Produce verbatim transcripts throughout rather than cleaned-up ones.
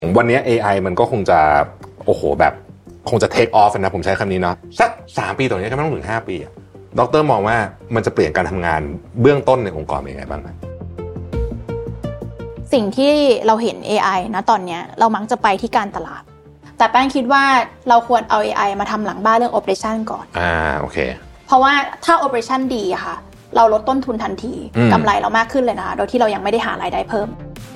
วันนี้ เอ ไอ มันก็คงจะโอ้โหแบบคงจะ take off นะผมใช้คำนี้เนาะสักสามปีต่อจากนี้ก็ไม่ต้องถึงห้าปีอ่ะดร.มองว่ามันจะเปลี่ยนการทำงานเบื้องต้นในองค์กรเป็นยังไงบ้างครับสิ่งที่เราเห็น เอ ไอ นะตอนนี้เรามักจะไปที่การตลาดแต่แป้งคิดว่าเราควรเอา เอ ไอ มาทำหลังบ้านเรื่อง operation ก่อนอ่าโอเคเพราะว่าถ้า operation ดีอะค่ะเราลดต้นทุนทันทีกำไรเรามากขึ้นเลยนะคะโดยที่เรายังไม่ได้หารายได้เพิ่ม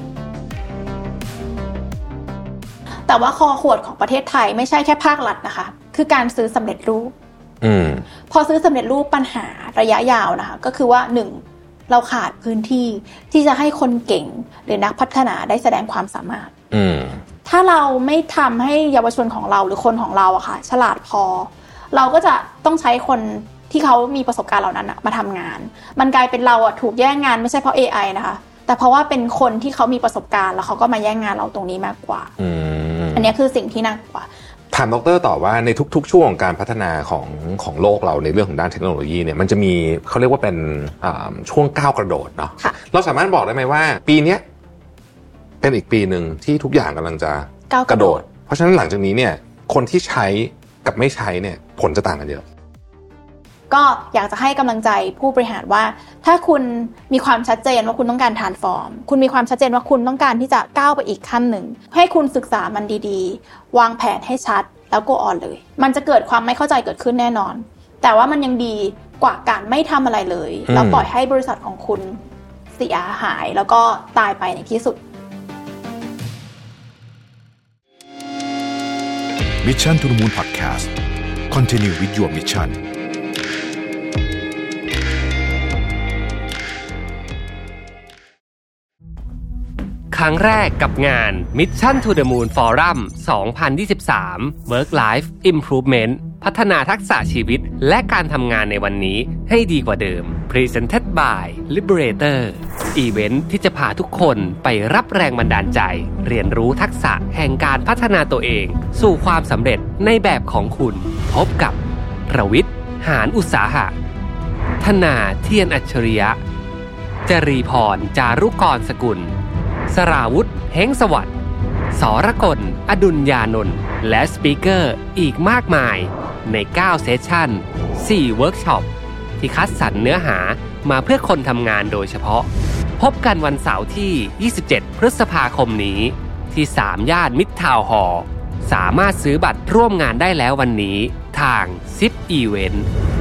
แต่ว่าคอขวดของประเทศไทยไม่ใช่แค่ภาครัฐนะคะคือการซื้อสำเร็จรูปพอซื้อสำเร็จรูปปัญหาระยะยาวนะคะก็คือว่าหนึ่งเราขาดพื้นที่ที่จะให้คนเก่งหรือนักพัฒนาได้แสดงความสามารถถ้าเราไม่ทำให้เยาวชนของเราหรือคนของเราอะค่ะฉลาดพอเราก็จะต้องใช้คนที่เขามีประสบการณ์เหล่านั้นมาทำงานมันกลายเป็นเราอะถูกแย่งงานไม่ใช่เพราะ เอ ไอ นะคะแต่เพราะว่าเป็นคนที่เขามีประสบการณ์แล้วเขาก็มาแย่งงานเราตรงนี้มากกว่า อ, อันนี้คือสิ่งที่น่ากลัวถามดร.ต่อว่าในทุกๆช่วงของการพัฒนาของของโลกเราในเรื่องของด้านเทคโนโลยีเนี่ยมันจะมีเขาเรียกว่าเป็นช่วงก้าวกระโดดเนาะเราสามารถบอกได้ไหมว่าปีนี้เป็นอีกปีนึงที่ทุกอย่างกำลังจะกระโดดเพราะฉะนั้นหลังจากนี้เนี่ยคนที่ใช้กับไม่ใช้เนี่ยผลจะต่างกันเยอะก็อยากจะให้กำลังใจผู้บริหารว่าถ้าคุณมีความชัดเจนว่าคุณต้องการ transform คุณมีความชัดเจนว่าคุณต้องการที่จะก้าวไปอีกขั้นหนึ่งให้คุณศึกษามันดีๆวางแผนให้ชัดแล้ว go on เลยมันจะเกิดความไม่เข้าใจเกิดขึ้นแน่นอนแต่ว่ามันยังดีกว่าการไม่ทำอะไรเลยแล้วปล่อยให้บริษัทของคุณเสียหายแล้วก็ตายไปในที่สุด Mission to the Moon Podcast Continue with your mission ครั้งแรกกับงาน Mission to the Moon Forum สองพันยี่สิบสาม Work Life Improvement พัฒนาทักษะชีวิตและการทำงานในวันนี้ให้ดีกว่าเดิม Presented by Liberator อีเวนท์ที่จะพาทุกคนไปรับแรงบันดาลใจเรียนรู้ทักษะแห่งการพัฒนาตัวเองสู่ความสำเร็จในแบบของคุณพบกับประวิทย์ หาญอุตสาหะธนาเทียนอัจฉริยะจรีพรจารุกรสกุลสราวุธเฮ้งสวัสดิ์สรกลอดุลยานนท์และสปีกเกอร์อีกมากมายในเก้าเซสชั่นสี่เวิร์กช็อปที่คัดสรรเนื้อหามาเพื่อคนทำงานโดยเฉพาะพบกันวันเสาร์ที่ยี่สิบเจ็ดพฤษภาคมนี้ที่สามย่านมิตรทาวน์ฮอลล์สามารถซื้อบัตรร่วมงานได้แล้ววันนี้ทาง ซิป Event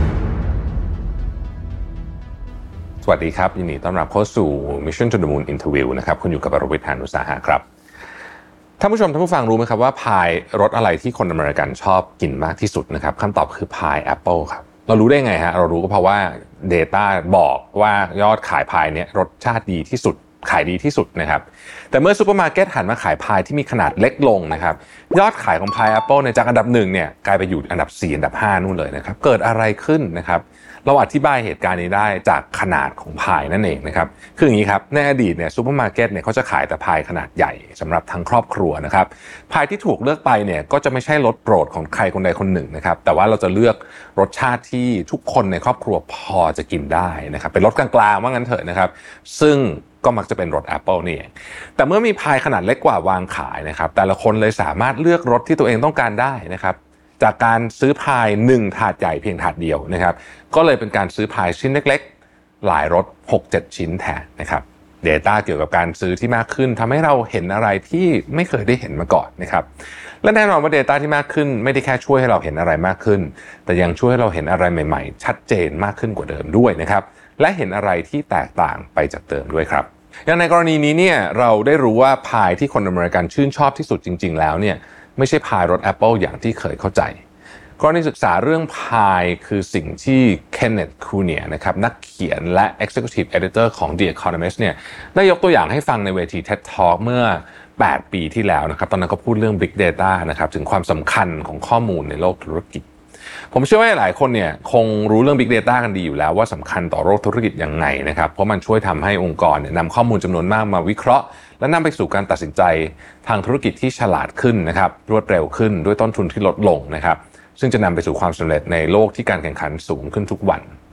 สวัสดีครับยินดีต้อนรับเข้าสู่ Mission to the Moon Interview นะครับคุณอยู่กับประวิทย์ หาญอุตสาหะครับท่านผู้ชมท่านผู้ฟังรู้ไหมครับว่าพายรสอะไรที่คนอเมริกันชอบกินมากที่สุดนะครับคำตอบคือพายแอปเปิลครับเรารู้ได้ไงฮะเรารู้ก็เพราะว่า data บอกว่ายอดขายพายเนี่ยรสชาติดีที่สุดขายดีที่สุดนะครับแต่เมื่อซูเปอร์มาร์เก็ตหันมาขายพายที่มีขนาดเล็กลงนะครับยอดขายของพายแอปเปิลเนี่ยจากอันดับหนึ่งเนี่ยกลายไปอยู่อันดับสี่อันดับห้านู่นเลยนะครับเกิดอะไรขึ้นนะครับเราอธิบายเหตุการณ์นี้ได้จากขนาดของพายนั่นเองนะครับคืออย่างนี้ครับในอดีตเนี่ยซูเปอร์มาร์เก็ตเนี่ยเขาจะขายแต่พายขนาดใหญ่สำหรับทั้งครอบครัวนะครับพายที่ถูกเลือกไปเนี่ยก็จะไม่ใช่รสโปรดของใครคนใดคนหนึ่งนะครับแต่ว่าเราจะเลือกรสชาติที่ทุกคนในครอบครัวพอจะกินได้นะครับเป็นรสกลางๆว่างั้นเถอะนะครับซึ่งก็มักจะเป็นรสแอปเปิลนี่เองแต่เมื่อมีพายขนาดเล็กกว่าวางขายนะครับแต่ละคนเลยสามารถเลือกรสที่ตัวเองต้องการได้นะครับจากการซื้อพายหนึ่งถาดใหญ่เพียงถาดเดียวนะครับก็เลยเป็นการซื้อพายชิ้นเล็กๆหลายรส หกเจ็ด ชิ้นแทนนะครับ data เกี่ยวกับการซื้อที่มากขึ้นทำให้เราเห็นอะไรที่ไม่เคยได้เห็นมาก่อนนะครับและแน่นอนว่า data ที่มากขึ้นไม่ได้แค่ช่วยให้เราเห็นอะไรมากขึ้นแต่ยังช่วยให้เราเห็นอะไรใหม่ๆชัดเจนมากขึ้นกว่าเดิมด้วยนะครับและเห็นอะไรที่แตกต่างไปจากเดิมด้วยครับอย่างในกรณีนี้เนี่ยเราได้รู้ว่าพายที่คนอเมริกันชื่นชอบที่สุดจริงๆแล้วเนี่ยไม่ใช่พายรสแอปเปิลอย่างที่เคยเข้าใจกรณีศึกษาเรื่องพายคือสิ่งที่เคนเนธ คูเนียร์นะครับนักเขียนและ Executive Editor ของ The Economist เนี่ยได้ยกตัวอย่างให้ฟังในเวที ที อี ดี Talk เมื่อแปดปีที่แล้วนะครับตอนนั้นก็พูดเรื่อง Big Data นะครับถึงความสำคัญของข้อมูลในโลกธุรกิจผมเชื่อว่าหลายคนเนี่ยคงรู้เรื่อง Big Data กันดีอยู่แล้วว่าสำคัญต่อโลกธุรกิจยังไงนะครับเพราะมันช่วยทำให้องค์กรเนี่ยนำข้อมูลจำนวนมากมาวิเคราะห์และนำไปสู่การตัดสินใจทางธุรกิจที่ฉลาดขึ้นนะครับรวดเร็วขึ้นด้วยต้นทุนที่ลดลงนะครับซึ่งจะนำไปสู่ความสำเร็จในโลกที่การแข่งขันสูงขึ้นทุกวัน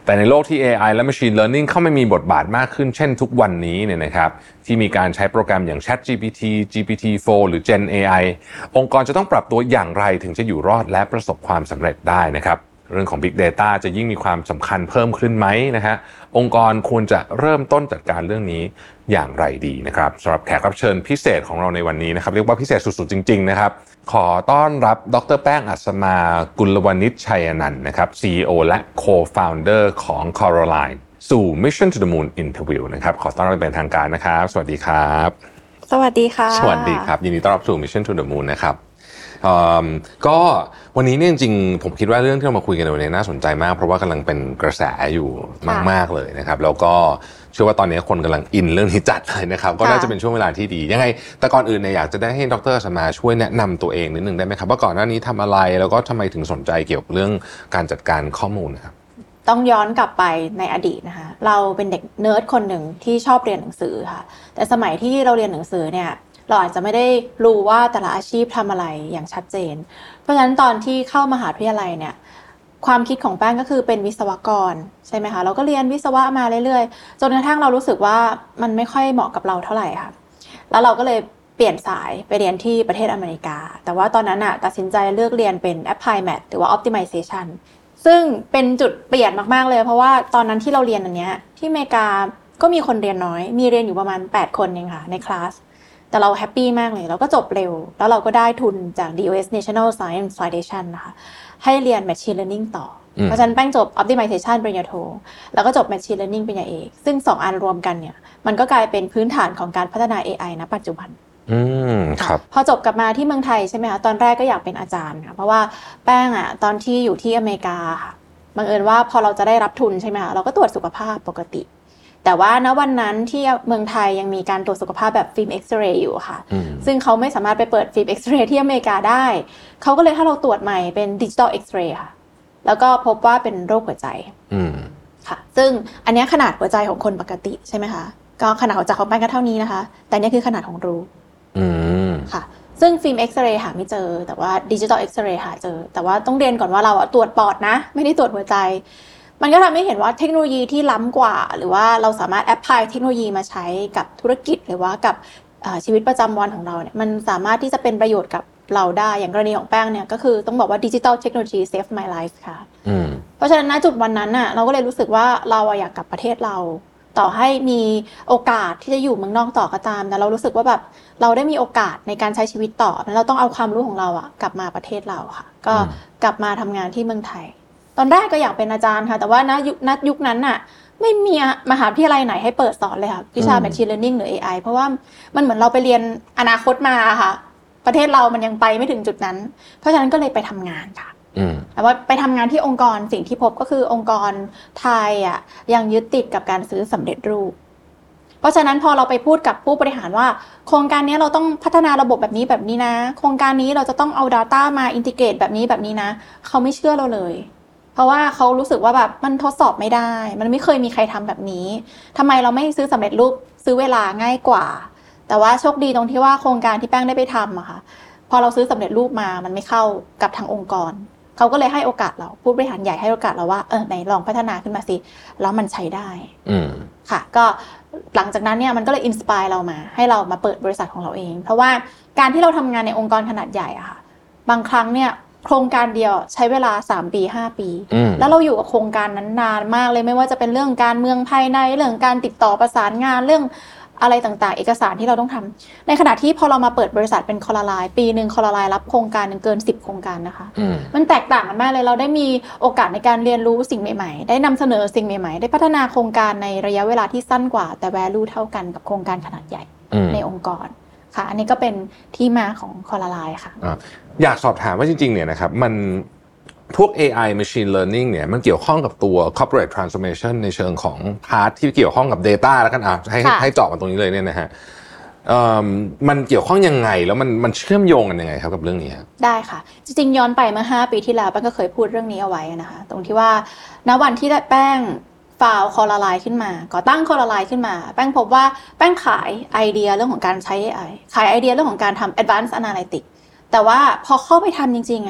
แต่ในโลกที่ เอ ไอ และ Machine Learning เข้ามามีบทบาทมากขึ้นเช่นทุกวันนี้เนี่ยนะครับที่มีการใช้โปรแกรมอย่าง ChatGPT จี พี ที โฟร์ หรือ Gen เอ ไอ องค์กรจะต้องปรับตัวอย่างไรถึงจะอยู่รอดและประสบความสำเร็จได้นะครับเรื่องของ Big Data จะยิ่งมีความสำคัญเพิ่มขึ้นไหมนะฮะองค์กรควรจะเริ่มต้นจัดการเรื่องนี้อย่างไรดีนะครับสำหรับแขกรับเชิญพิเศษของเราในวันนี้นะครับเรียกว่าพิเศษสุดๆจริงๆนะครับขอต้อนรับดร.แป้งอัศมากุลวณิชชัยนันท์นะครับ ซี อี โอ และ Co-founder ของ Coraline สู่ Mission to the Moon Interview นะครับขอต้อนรับเป็นทางการนะครับสวัสดีครับสวัสดีค่ะสวัสดีครับยินดีต้อนรับสู่ Mission to the Moon นะครับก็วันนี้เนี่ยจริงๆผมคิดว่าเรื่องที่เรามาคุยกันในวันนี้น่าสนใจมากเพราะว่ากำลังเป็นกระแสอยู่มากๆเลยนะครับแล้วก็เชื่อว่าตอนนี้คนกำลังอินเรื่องนี้จัดเลยนะครับก็น่าจะเป็นช่วงเวลาที่ดียังไงแต่ก่อนอื่นเนี่ยอยากจะได้ให้ดร.อัศมาช่วยแนะนำตัวเองนิดนึงได้ไหมครับว่าก่อนหน้านี้ทำอะไรแล้วก็ทำไมถึงสนใจเกี่ยวกับเรื่องการจัดการข้อมูลนะครับต้องย้อนกลับไปในอดีตนะคะเราเป็นเด็กเนิร์ดคนหนึ่งที่ชอบเรียนหนังสือค่ะแต่สมัยที่เราเรียนหนังสือเนี่ยเราอาจจะไม่ได้รู้ว่าแต่ละอาชีพทำอะไรอย่างชัดเจนเพราะฉะนั้นตอนที่เข้ามหาวิทยาลัยเนี่ยความคิดของแป้งก็คือเป็นวิศวกรใช่ไหมคะเราก็เรียนวิศวะมาเรื่อยๆจนกระทั่งเรารู้สึกว่ามันไม่ค่อยเหมาะกับเราเท่าไหร่ค่ะแล้วเราก็เลยเปลี่ยนสายไปเรียนที่ประเทศอเมริกาแต่ว่าตอนนั้นอะตัดสินใจเลือกเรียนเป็น Applied Math หรือว่า Optimization ซึ่งเป็นจุดเปลี่ยนมากๆเลยเพราะว่าตอนนั้นที่เราเรียนอันเนี้ยที่อเมริกาก็มีคนเรียนน้อยมีเรียนอยู่ประมาณแปดคนเองค่ะในคลาสแต่เราแฮปปี้มากเลยเราก็จบเร็วแล้วเราก็ได้ทุนจาก ดี โอ เอส National Science Foundation นะคะให้เรียน Machine Learning ต่อเพราะฉะนั้นแป้งจบ Optimization ปริญญาโทแล้วก็จบ Machine Learning ปริญญาเอกซึ่งสองอันรวมกันเนี่ยมันก็กลายเป็นพื้นฐานของการพัฒนา เอ ไอ ณ ปัจจุบันอืมครับพอจบกลับมาที่เมืองไทยใช่ไหมคะตอนแรกก็อยากเป็นอาจารย์ค่ะเพราะว่าแป้งอ่ะตอนที่อยู่ที่อเมริกาค่ะบังเอิญว่าพอเราจะได้รับทุนใช่ไหมคะเราก็ตรวจสุขภาพปกติแต่ว่าณวันนั้นที่เมืองไทยยังมีการตรวจสุขภาพแบบฟิล์มเอ็กซเรย์อยู่ค่ะซึ่งเขาไม่สามารถไปเปิดฟิล์มเอ็กซเรย์ที่อเมริกาได้เขาก็เลยให้เราตรวจใหม่เป็นดิจิตอลเอ็กซเรย์ค่ะแล้วก็พบว่าเป็นโรคหัวใจค่ะซึ่งอันนี้ขนาดหัวใจของคนปกติใช่ไหมคะก็ขนาดหัวใจของแป้งก็เท่านี้นะคะแต่นี่คือขนาดของรูค่ะซึ่งฟิล์มเอ็กซเรย์หาไม่เจอแต่ว่าดิจิตอลเอ็กซเรย์หาเจอแต่ว่าต้องเรียนก่อนว่าเราตรวจปอดนะไม่ได้ตรวจหัวใจมันก็ทำให้เห็นว่าเทคโนโลยีที่ล้ำกว่าหรือว่าเราสามารถแอพพลายเทคโนโลยีมาใช้กับธุรกิจหรือว่ากับชีวิตประจำวันของเราเนี่ยมันสามารถที่จะเป็นประโยชน์กับเราได้อย่างกรณีของแป้งเนี่ยก็คือต้องบอกว่าดิจิทัลเทคโนโลยี save my life ค่ะเพราะฉะนั้นณจุดวันนั้นน่ะเราก็เลยรู้สึกว่าเราอยากกลับประเทศเราต่อให้มีโอกาสที่จะอยู่เมืองนอกต่อก็ตามแต่เรารู้สึกว่าแบบเราได้มีโอกาสในการใช้ชีวิตต่อเราต้องเอาความรู้ของเราอะกลับมาประเทศเราค่ะก็กลับมาทำงานที่เมืองไทยตอนแรกก็อยากเป็นอาจารย์ค่ะแต่ว่าณยุคณยุคนั้นน่ะไม่มีมหาวิทยาลัยไหนให้เปิดสอนเลยค่ะวิชา Machine Learning หรือ เอ ไอ เพราะว่ามันเหมือนเราไปเรียนอนาคตมาค่ะประเทศเรามันยังไปไม่ถึงจุดนั้นเพราะฉะนั้นก็เลยไปทำงานค่ะแต่ว่าไปทำงานที่องค์กรสิ่งที่พบก็คือองค์กรไทยอ่ะยังยึดติดกับการซื้อสำเร็จรูปเพราะฉะนั้นพอเราไปพูดกับผู้บริหารว่าโครงการนี้เราต้องพัฒนาระบบแบบนี้แบบนี้นะโครงการนี้เราจะต้องเอา data มาอินทิเกรตแบบนี้แบบนี้นะเขาไม่เชื่อเราเลยเพราะว่าเขารู้สึกว่าแบบมันทดสอบไม่ได้มันไม่เคยมีใครทำแบบนี้ทำไมเราไม่ซื้อสำเร็จรูปซื้อเวลาง่ายกว่าแต่ว่าโชคดีตรงที่ว่าโครงการที่แป้งได้ไปทำอะค่ะพอเราซื้อสำเร็จรูปมามันไม่เข้ากับทางองค์กรเขาก็เลยให้โอกาสเราผู้บริหารใหญ่ให้โอกาสเราว่าเออไหนลองพัฒนาขึ้นมาสิแล้วมันใช้ได้ค่ะก็หลังจากนั้นเนี่ยมันก็เลยอินสไปร์เรามาให้เรามาเปิดบริษัทของเราเองเพราะว่าการที่เราทำงานในองค์กรขนาดใหญ่อะค่ะบางครั้งเนี่ยโครงการเดียวใช้เวลาสามปีห้าปีแล้วเราอยู่กับโครงการนั้นนานมากเลยไม่ว่าจะเป็นเรื่องการเมืองภายในเรื่องการติดต่อประสานงานเรื่องอะไรต่างๆเอกสารที่เราต้องทำในขณะที่พอเรามาเปิดบริษัทเป็นคอลไลน์ปีนึงคอลไลน์รับโครงการนึงเกินสิบโครงการนะคะมันแตกต่างกันมากเลยเราได้มีโอกาสในการเรียนรู้สิ่งใหม่ๆได้นำเสนอสิ่งใหม่ๆได้พัฒนาโครงการในระยะเวลาที่สั้นกว่าแต่ value เท่ากันกับโครงการขนาดใหญ่ในองค์กรค่ะอันนี้ก็เป็นที่มาของคอลไลน์ค่ะอยากสอบถามว่าจริงๆเนี่ยนะครับมันพวก เอ ไอ Machine Learning เนี่ยมันเกี่ยวข้องกับตัว Corporate Transformation ในเชิงของพาร์ทที่เกี่ยวข้องกับ Data แล้วกันอ่ะให้ให้เจาะมาตรงนี้เลยเนี่ยนะฮะมันเกี่ยวข้องยังไงแล้วมันมันเชื่อมโยงกันยังไงครับกับเรื่องนี้ได้ค่ะจริงๆย้อนไปเมื่อห้าปีที่แล้วแป้งก็เคยพูดเรื่องนี้เอาไว้นะคะตรงที่ว่าณวันที่แป้งฟาวคอลไลน์ขึ้นมาก่อตั้งคอลไลน์ขึ้นมาแป้งพบว่าแป้งขายไอเดียเรื่องของการใช้ เอ ไอ ขายไอเดียเรื่องของการทำ Advanced Analytics แต่ว่าพอเข้าไปทำจริงๆอ่ะ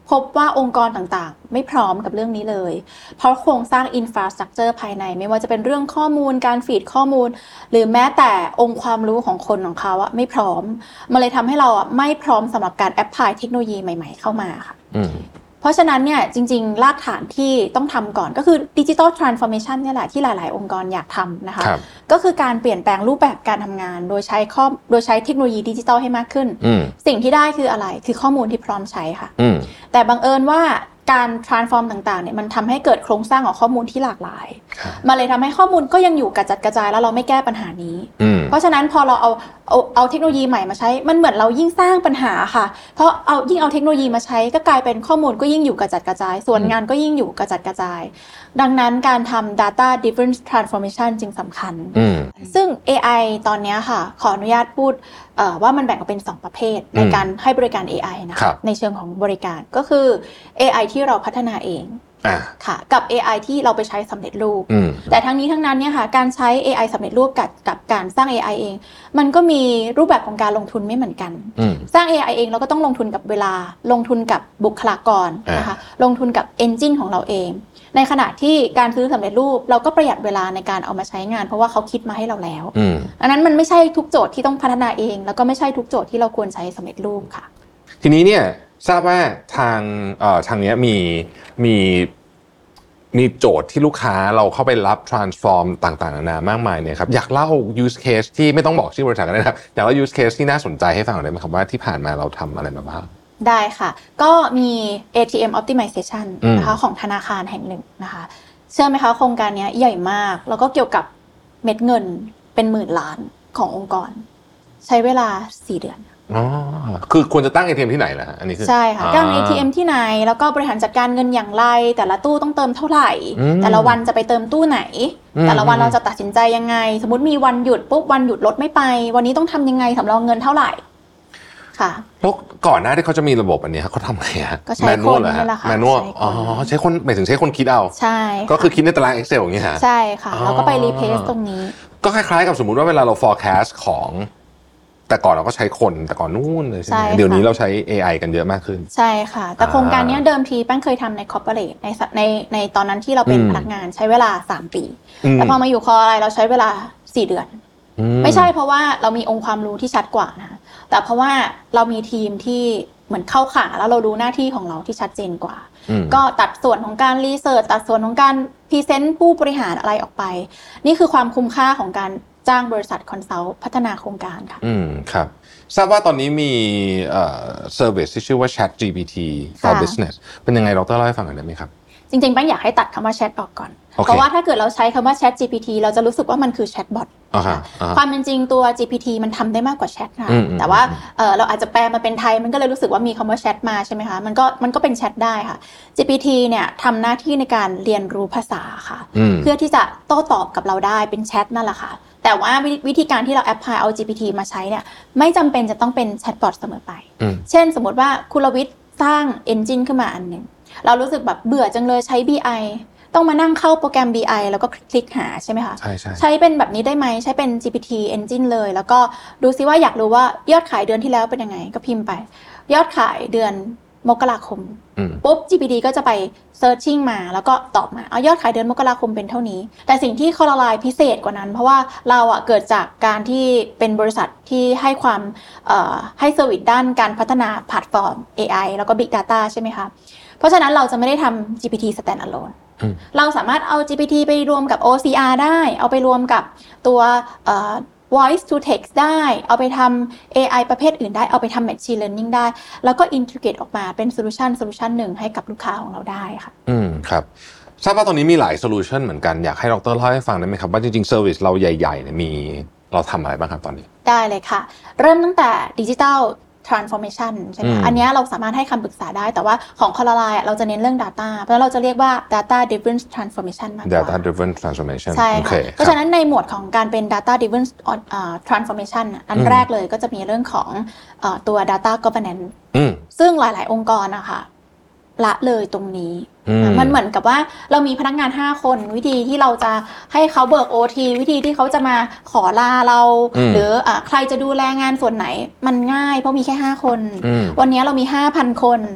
พบว่าองค์กรต่างๆไม่พร้อมกับเรื่องนี้เลยเพราะโครงสร้างอินฟราสตรัคเจอร์ภายในไม่ว่าจะเป็นเรื่องข้อมูลการฟีดข้อมูลหรือแม้แต่องค์ความรู้ของคนของเขาอะไม่พร้อมมันเลยทำให้เราอะไม่พร้อมสำหรับการแอพพลายเทคโนโลยีใหม่ๆเข้ามาค่ะเพราะฉะนั้นเนี่ยจริงๆรากฐานที่ต้องทำก่อนก็คือดิจิทัลทรานส์ฟอร์เมชันเนี่ยแหละที่หลายๆองค์กรอยากทำนะคะก็คือการเปลี่ยนแปลงรูปแบบการทำงานโดยใช้ข้อโดยใช้เทคโนโลยีดิจิทัลให้มากขึ้นสิ่งที่ได้คืออะไรคือข้อมูลที่พร้อมใช้ค่ะแต่บังเอิญว่าการ transform ต่างๆเนี่ยมันทำให้เกิดโครงสร้างของข้อมูลที่หลากหลายมันเลยทำให้ข้อมูลก็ยังอยู่กระจัดกระจายแล้วเราไม่แก้ปัญหานี้เพราะฉะนั้นพอเราเอาเอาเอาเทคโนโลยีใหม่มาใช้มันเหมือนเรายิ่งสร้างปัญหาค่ะเพราะเอายิ่งเอาเทคโนโลยีมาใช้ก็กลายเป็นข้อมูลก็ยิ่งอยู่กระจัดกระจายส่วนงานก็ยิ่งอยู่กระจัดกระจายดังนั้นการทำ data driven transformation จึงสำคัญซึ่ง เอ ไอ ตอนนี้ค่ะขออนุญาตพูดว่ามันแบ่งออกเป็นสองประเภทในการให้บริการ เอ ไอ นะคะในเชิงของบริการก็คือ เอ ไอ ที่เราพัฒนาเองค่ะกับ เอ ไอ ที่เราไปใช้สำเร็จรูปแต่ทั้งนี้ทั้งนั้นเนี่ยค่ะการใช้ เอ ไอ สำเร็จรูปกับกับการสร้าง เอ ไอ เองมันก็มีรูปแบบของการลงทุนไม่เหมือนกันสร้าง เอ ไอ เองเราก็ต้องลงทุนกับเวลาลงทุนกับบุคลากรนะคะลงทุนกับ engine ของเราเองในขณะที่การซื้อสำเร็จรูปเราก็ประหยัดเวลาในการเอามาใช้งานเพราะว่าเขาคิดมาให้เราแล้วอันนั้นมันไม่ใช่ทุกโจทย์ที่ต้องพัฒนาเองแล้วก็ไม่ใช่ทุกโจทย์ที่เราควรใช้สำเร็จรูปค่ะทีนี้เนี่ยทราบว่าทางเอ่อทางนี้มีมีมีโจทย์ที่ลูกค้าเราเข้าไปรับ transform ต่างๆนานามากมายเนี่ยครับอยากเล่า use case ที่ไม่ต้องบอกชื่อบริษัทกันนะครับอยากเล่า use case ที่น่าสนใจให้ฟังได้ไหมครับว่าที่ผ่านมาเราทำอะไรมาบ้างได้ค่ะก็มี เอ ที เอ็ม optimization นะคะของธนาคารแห่งหนึ่งนะคะเชื่อไหมคะโครงการนี้ใหญ่มากแล้วก็เกี่ยวกับเม็ดเงินเป็นหมื่นล้านขององค์กรใช้เวลาสี่เดือนอ๋อคือควรจะตั้ง เอ ที เอ็ม ที่ไหนล่ะอันนี้คือใช่ค่ะตั้ง เอ ที เอ็ม ที่ไหนแล้วก็บริหารจัดการเงินอย่างไรแต่ละตู้ต้องเติมเท่าไหร่แต่ละวันจะไปเติมตู้ไหนแต่ละวันเราจะตัดสินใจยังไงสมมุติมีวันหยุดปุ๊บวันหยุดรถไม่ไปวันนี้ต้องทำยังไงสำรองเงินเท่าไหร่ค่ะแล้วก่อนหน้าที่เขาจะมีระบบอันนี้เขาทำไงฮะก็ใช้คนนี่แหละค่ะแมนนวลอ๋อใช้คนหมายถึงใช้คนคิดเอาใช่ก็คือคิดในตาราง Excel อย่างเงี้ยฮะใช่ค่ะแล้วก็ไปรีเพลซตรงนี้ก็คล้ายๆกับสมมุติว่าเวลาเรา forecast ของแต่ก่อนเราก็ใช้คนแต่ก่อนนู่นเลยใช่ไหมเดี๋ยวนี้เราใช้ เอ ไอ กันเยอะมากขึ้นใช่ค่ะแต่โครงการนี้เดิมทีแป้งเคยทำใน corporate ในในในตอนนั้นที่เราเป็นพนักงานใช้เวลาสามปีแต่พอมาอยู่คออะไรเราใช้เวลาสี่เดือนไม่ใช่เพราะว่าเรามีองค์ความรู้ที่ชัดกว่านะแต่เพราะว่าเรามีทีมที่เหมือนเข้าขาแล้วเรารู้หน้าที่ของเราที่ชัดเจนกว่าก็ตัดส่วนของการรีเสิร์ชตัดส่วนของการพรีเซนต์ผู้บริหารอะไรออกไปนี่คือความคุ้มค่าของการจ้างบริษัทคอนซัลท์พัฒนาโครงการค่ะอืมครับทราบว่าตอนนี้มีเอ่อ service ที่ชื่อว่า Chat จี พี ที for Business เป็นยังไงดร.เล่าให้ฟังหน่อยได้ไหมครับจริงๆแป้งอยากให้ตัดคำว่า Chat ออกก่อน okay. เพราะว่าถ้าเกิดเราใช้คำว่า Chat จี พี ที เราจะรู้สึกว่ามันคือ Chatbot ความเป็นจริงตัว จี พี ที มันทำได้มากกว่า Chat ค่ะแต่ว่าเอ่อเราอาจจะแปลมาเป็นไทยมันก็เลยรู้สึกว่ามีคำว่า Chat มาใช่ไหมคะมันก็มันก็เป็น Chat ได้ค่ะ จี พี ที เนี่ยทำหน้าที่ในการเรียนรู้ภาษาค่ะเพื่อที่จะโต้ตอบกับเราได้เป็น Chat นั่นแหละค่ะแต่ว่าวิธีการที่เราแอพพลายเอา จี พี ที มาใช้เนี่ยไม่จำเป็นจะต้องเป็นแชทบอทเสมอไปเช่นสมมติว่าคุณลวิทย์สร้าง engine ขึ้นมาอันนึงเรารู้สึกแบบเบื่อจังเลยใช้ บี ไอ ต้องมานั่งเข้าโปรแกรม บี ไอ แล้วก็คลิกหาใช่ไหมคะใช่ใช่ใช้เป็นแบบนี้ได้ไหมใช้เป็น จี พี ที engine เลยแล้วก็ดูซิว่าอยากรู้ว่ายอดขายเดือนที่แล้วเป็นยังไงก็พิมพ์ไปยอดขายเดือนมกราคมปุ๊บ จี พี ที ก็จะไป searching มาแล้วก็ตอบมาเอายอดขายเดือนมกราคมเป็นเท่านี้แต่สิ่งที่คอลไลน์พิเศษกว่านั้นเพราะว่าเราอ่ะเกิดจากการที่เป็นบริษัทที่ให้ความเอ่อให้เซอร์วิสด้านการพัฒนาแพลตฟอร์ม เอ ไอ แล้วก็ Big Data ใช่ไหมคะเพราะฉะนั้นเราจะไม่ได้ทำ จี พี ที standalone เราสามารถเอา จี พี ที ไปรวมกับ โอ ซี อาร์ ได้เอาไปรวมกับตัวเอ่อvoice to text ได้เอาไปทำ เอ ไอ ประเภทอื่นได้เอาไปทำ machine learning ได้แล้วก็ integrate ออกมาเป็น solution solution หนึ่งให้กับลูกค้าของเราได้ค่ะอืมครับทราบว่าตอนนี้มีหลาย solution เหมือนกันอยากให้ดร.เล่าให้ฟังได้ไหมครับว่าจริงๆ service เราใหญ่ๆเนี่ยมีเราทำอะไรบ้างครับตอนนี้ได้เลยค่ะเริ่มตั้งแต่ digital transformation ใช่ไหมอันนี้เราสามารถให้คำปรึกษาได้แต่ว่าของคอลไลน์เราจะเน้นเรื่อง data เพราะเราจะเรียกว่า data driven transformation มากกว่า data driven transformation ใช่ค่ะเพราะฉะนั้นในหมวดของการเป็น data driven transformation อันแรกเลยก็จะมีเรื่องของตัว data governance ซึ่งหลายๆองค์กรนะคะละเลยตรงนี้มันเหมือนกับว่าเรามีพนักงานห้าคนวิธีที่เราจะให้เขาเบิก โอ ที วิธีที่เขาจะมาขอลาเราหรืออ่ะใครจะดูแลงานส่วนไหนมันง่ายเพราะมีแค่ห้าคนวันนี้เรามี ห้าพัน คน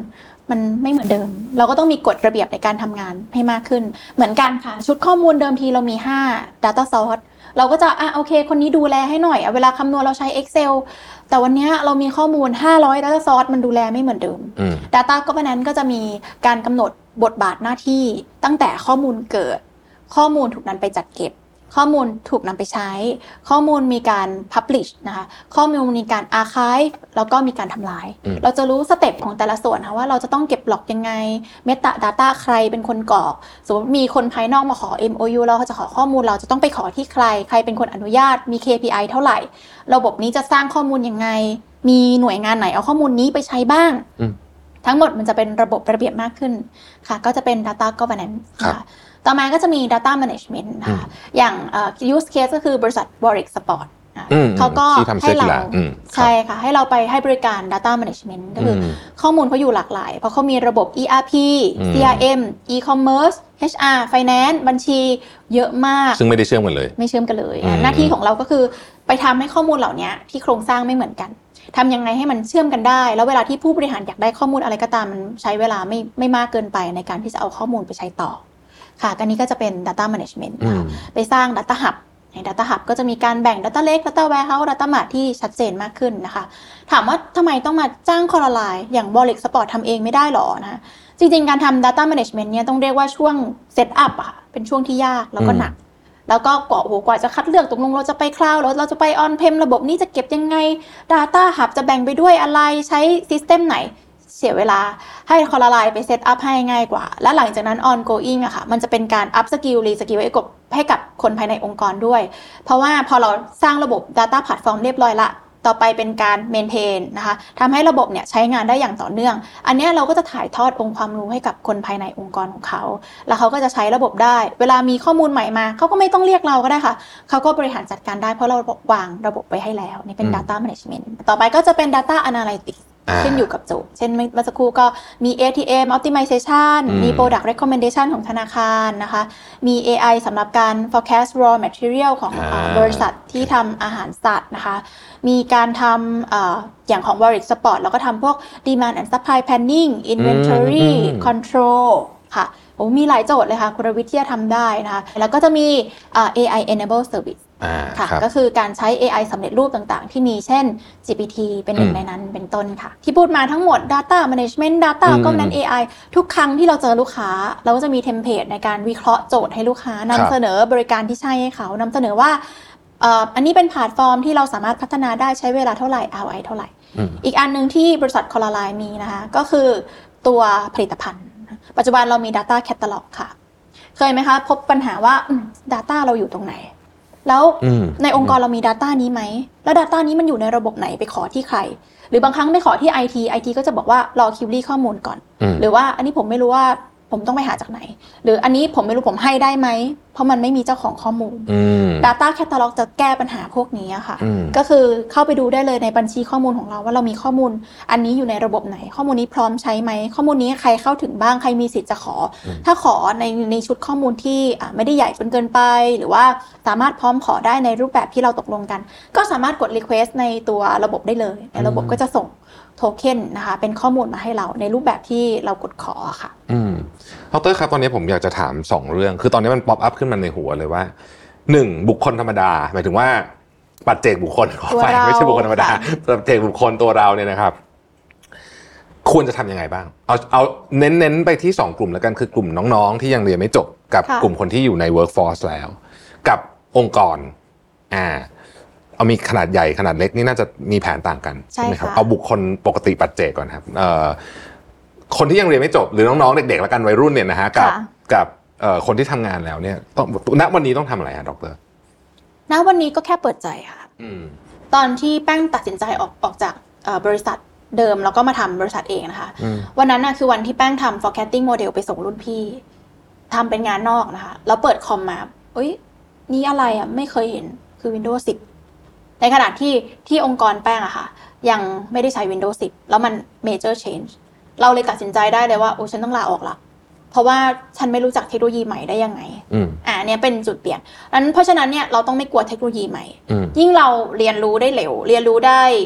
มันไม่เหมือนเดิมเราก็ต้องมีกฎระเบียบในการทำงานให้มากขึ้นเหมือนกันค่ะชุดข้อมูลเดิมทีเรามีห้า data source เราก็จะอ่ะโอเคคนนี้ดูแลให้หน่อยเวลาคำนวณเราใช้ Excel แต่วันนี้เรามีข้อมูลห้าร้อย data source มันดูแลไม่เหมือนเดิม data governance ก็จะมีการกำหนดบทบาทหน้าที่ตั้งแต่ข้อมูลเกิดข้อมูลถูกนำไปจัดเก็บข้อมูลถูกนำไปใช้ข้อมูลมีการ publish นะคะข้อมูลมีการ archive แล้วก็มีการทำลายเราจะรู้สเต็ปของแต่ละส่วนค่ะว่าเราจะต้องเก็บล็อกยังไง meta data ใครเป็นคนกรอกสมมติมีคนภายนอกมาขอ เอ็ม โอ ยู เราจะขอข้อมูลเราจะต้องไปขอที่ใครใครเป็นคนอนุญาตมี เค พี ไอ เท่าไหร่ระบบนี้จะสร้างข้อมูลยังไงมีหน่วยงานไหนเอาข้อมูลนี้ไปใช้บ้างทั้งหมดมันจะเป็นระบบระเบียบมากขึ้นค่ะก็จะเป็น data governance ค่ะต่อมาก็จะมี data management นะคะอย่าง uh, use case ก็คือบริษัท Warwick Sport เขาก็ให้เราใช่ค่ะให้เราไปให้บริการ data management ก็คือข้อมูลเขาอยู่หลากหลายเพราะเขามีระบบ อี อาร์ พี ซี อาร์ เอ็ม e-commerce เอช อาร์ finance บัญชีเยอะมากซึ่งไม่ได้เชื่อมกันเลยไม่เชื่อมกันเลยหน้าที่ของเราก็คือไปทำให้ข้อมูลเหล่านี้ที่โครงสร้างไม่เหมือนกันทำยังไงให้มันเชื่อมกันได้แล้วเวลาที่ผู้บริหารอยากได้ข้อมูลอะไรก็ตามมันใช้เวลาไม่ไม่มากเกินไปในการที่จะเอาข้อมูลไปใช้ต่อค่ะอันนี้ก็จะเป็น data management นะคะไปสร้าง data hub ใน data hub ก็จะมีการแบ่ง data lake data warehouse data mart ที่ชัดเจนมากขึ้นนะคะถามว่าทำไมต้องมาจ้าง Coraline อย่าง Warwick Sport ทำเองไม่ได้หรอนะคะจริงๆการทำ data management เนี่ยต้องเรียกว่าช่วง set up อะเป็นช่วงที่ยากแล้วก็หนักแล้วก็กว่าโอ้โหกว่าจะคัดเลือกตกลงเราจะไป cloud แล้วเราจะไป on prem ระบบนี้จะเก็บยังไง data hub จะแบ่งไปด้วยอะไรใช้ system ไหนเสียเวลาให้ Coraline ไปเซตอัพให้ง่ายกว่าและหลังจากนั้น ongoing อะค่ะมันจะเป็นการ up skill re skill ให้กับให้กับคนภายในองค์กรด้วยเพราะว่าพอเราสร้างระบบ data platform เรียบร้อยละต่อไปเป็นการ maintain นะคะทำให้ระบบเนี่ยใช้งานได้อย่างต่อเนื่องอันนี้เราก็จะถ่ายทอดองค์ความรู้ให้กับคนภายในองค์กรของเขาแล้วเขาก็จะใช้ระบบได้เวลามีข้อมูลใหม่มาเขาก็ไม่ต้องเรียกเราก็ได้ค่ะเขาก็บริหารจัดการได้เพราะเราวางระบบไว้ให้แล้วนี่เป็น data management ต่อไปก็จะเป็น data analyticsขึ้นอยู่กับโจทย์เช่นเมื่อสักครู่ก็มี เอ ที เอ็ม optimization มี product recommendation ของธนาคารนะคะมี เอ ไอ สำหรับการ forecast raw material ของบริษัทที่ทำอาหารสัตว์นะคะมีการทำ อ, อย่างของ Warwick Sport แล้วก็ทำพวก demand and supply planning inventory control ค่ะโอ้มีหลายโจทย์เลยค่ะคุณรวิทย์ที่จะทำได้นะคะแล้วก็จะมี เอ ไอ enable serviceค่ะก็คือการใช้ เอ ไอ สำเร็จรูปต่างๆที่มีเช่น จี พี ที เป็นหนึ่งในนั้นเป็นต้นค่ะที่พูดมาทั้งหมด data management data ก็นั้น เอ ไอ ทุกครั้งที่เราเจอลูกค้าเราก็จะมีเทมเพลตในการวิเคราะห์โจทย์ให้ลูกค้านำเสนอบริการที่ใช่ให้เขานำเสนอว่าอันนี้เป็นแพลตฟอร์มที่เราสามารถพัฒนาได้ใช้เวลาเท่าไหร่ อาร์ โอ ไอ เท่าไหร่อีกอันนึงที่บริษัท Coraline มีนะคะก็คือตัวผลิตภัณฑ์ปัจจุบันเรามี data catalog ค่ะเคยไหมคะพบปัญหาว่า data เราอยู่ตรงไหนแล้วในองค์กรเรามี data นี้ไหมแล้ว data นี้มันอยู่ในระบบไหนไปขอที่ใครหรือบางครั้งไปขอที่ ไอ ที ไอ ที ก็จะบอกว่ารอคิวรี่ข้อมูลก่อนหรือว่าอันนี้ผมไม่รู้ว่าผมต้องไปหาจากไหนหรืออันนี้ผมไม่รู้ผมให้ได้ไหมเพราะมันไม่มีเจ้าของข้อมูล data catalog จะแก้ปัญหาพวกนี้ค่ะก็คือเข้าไปดูได้เลยในบัญชีข้อมูลของเราว่าเรามีข้อมูลอันนี้อยู่ในระบบไหนข้อมูลนี้พร้อมใช้ไหมข้อมูลนี้ใครเข้าถึงบ้างใครมีสิทธิ์จะขอถ้าขอในในชุดข้อมูลที่ไม่ได้ใหญ่จนเกินไปหรือว่าสามารถพร้อมขอได้ในรูปแบบที่เราตกลงกันก็สามารถกด request ในตัวระบบได้เลยในระบบก็จะส่งโทเค็นนะคะเป็นข้อมูลมาให้เราในรูปแบบที่เรากดขอค่ะอืมดร.ครับตอนนี้ผมอยากจะถามสองเรื่องคือตอนนี้มันป๊อปอัพขึ้นมาในหัวเลยว่าหนึ่งบุคคลธรรมดาหมายถึงว่าปัจเจกบุคคลขอไปไม่ใช่บุคคลธรรมดาปัจเจกบุคคลตัวเราเนี่ยนะครับควรจะทำยังไงบ้างเอาเอาเน้นๆไปที่สองกลุ่มแล้วกันคือกลุ่มน้องๆที่ยังเรียนไม่จบกับกลุ่มคนที่อยู่ใน workforce แล้วกับองค์กรอ่าเอามีขนาดใหญ่ขนาดเล็กนี่น่าจะมีแผนต่างกันใช่ไหมครับเอาบุคคลปกติปัจเจกก่อนครับเอ่อคนที่ยังเรียนไม่จบหรือน้องๆเด็กๆแล้วกันวัยรุ่นเนี่ยนะฮะกับกับเอ่อคนที่ทำงานแล้วเนี่ยต้องณวันนี้ต้องทำอะไรฮะดร. ณวันนี้ก็แค่เปิดใจค่ะตอนที่แป้งตัดสินใจออกออกจากบริษัทเดิมแล้วก็มาทำบริษัทเองนะคะวันนั้นน่ะคือวันที่แป้งทำ forecasting model ไปส่งรุ่นพี่ทำเป็นงานนอกนะคะแล้วเปิดคอมมาเอ้ยนี่อะไรอ่ะไม่เคยเห็นคือ Windows สิบในขณะที่ที่องค์กรแป้งอะค่ะยังไม่ได้ใช้ Windows สิบแล้วมัน major change เราเลยตัดสินใจได้เลยว่าโอ้ฉันต้องลาออกละเพราะว่าฉันไม่รู้จักเทคโนโลยีใหม่ได้ยังไงอ่าเนี่ยเป็นจุดเปลี่ยนนั้นเพราะฉะนั้นเนี่ยเราต้องไม่กลัวเทคโนโลยีใหม่ยิ่งเราเรียนรู้ได้เร็วเรียนรู้ได้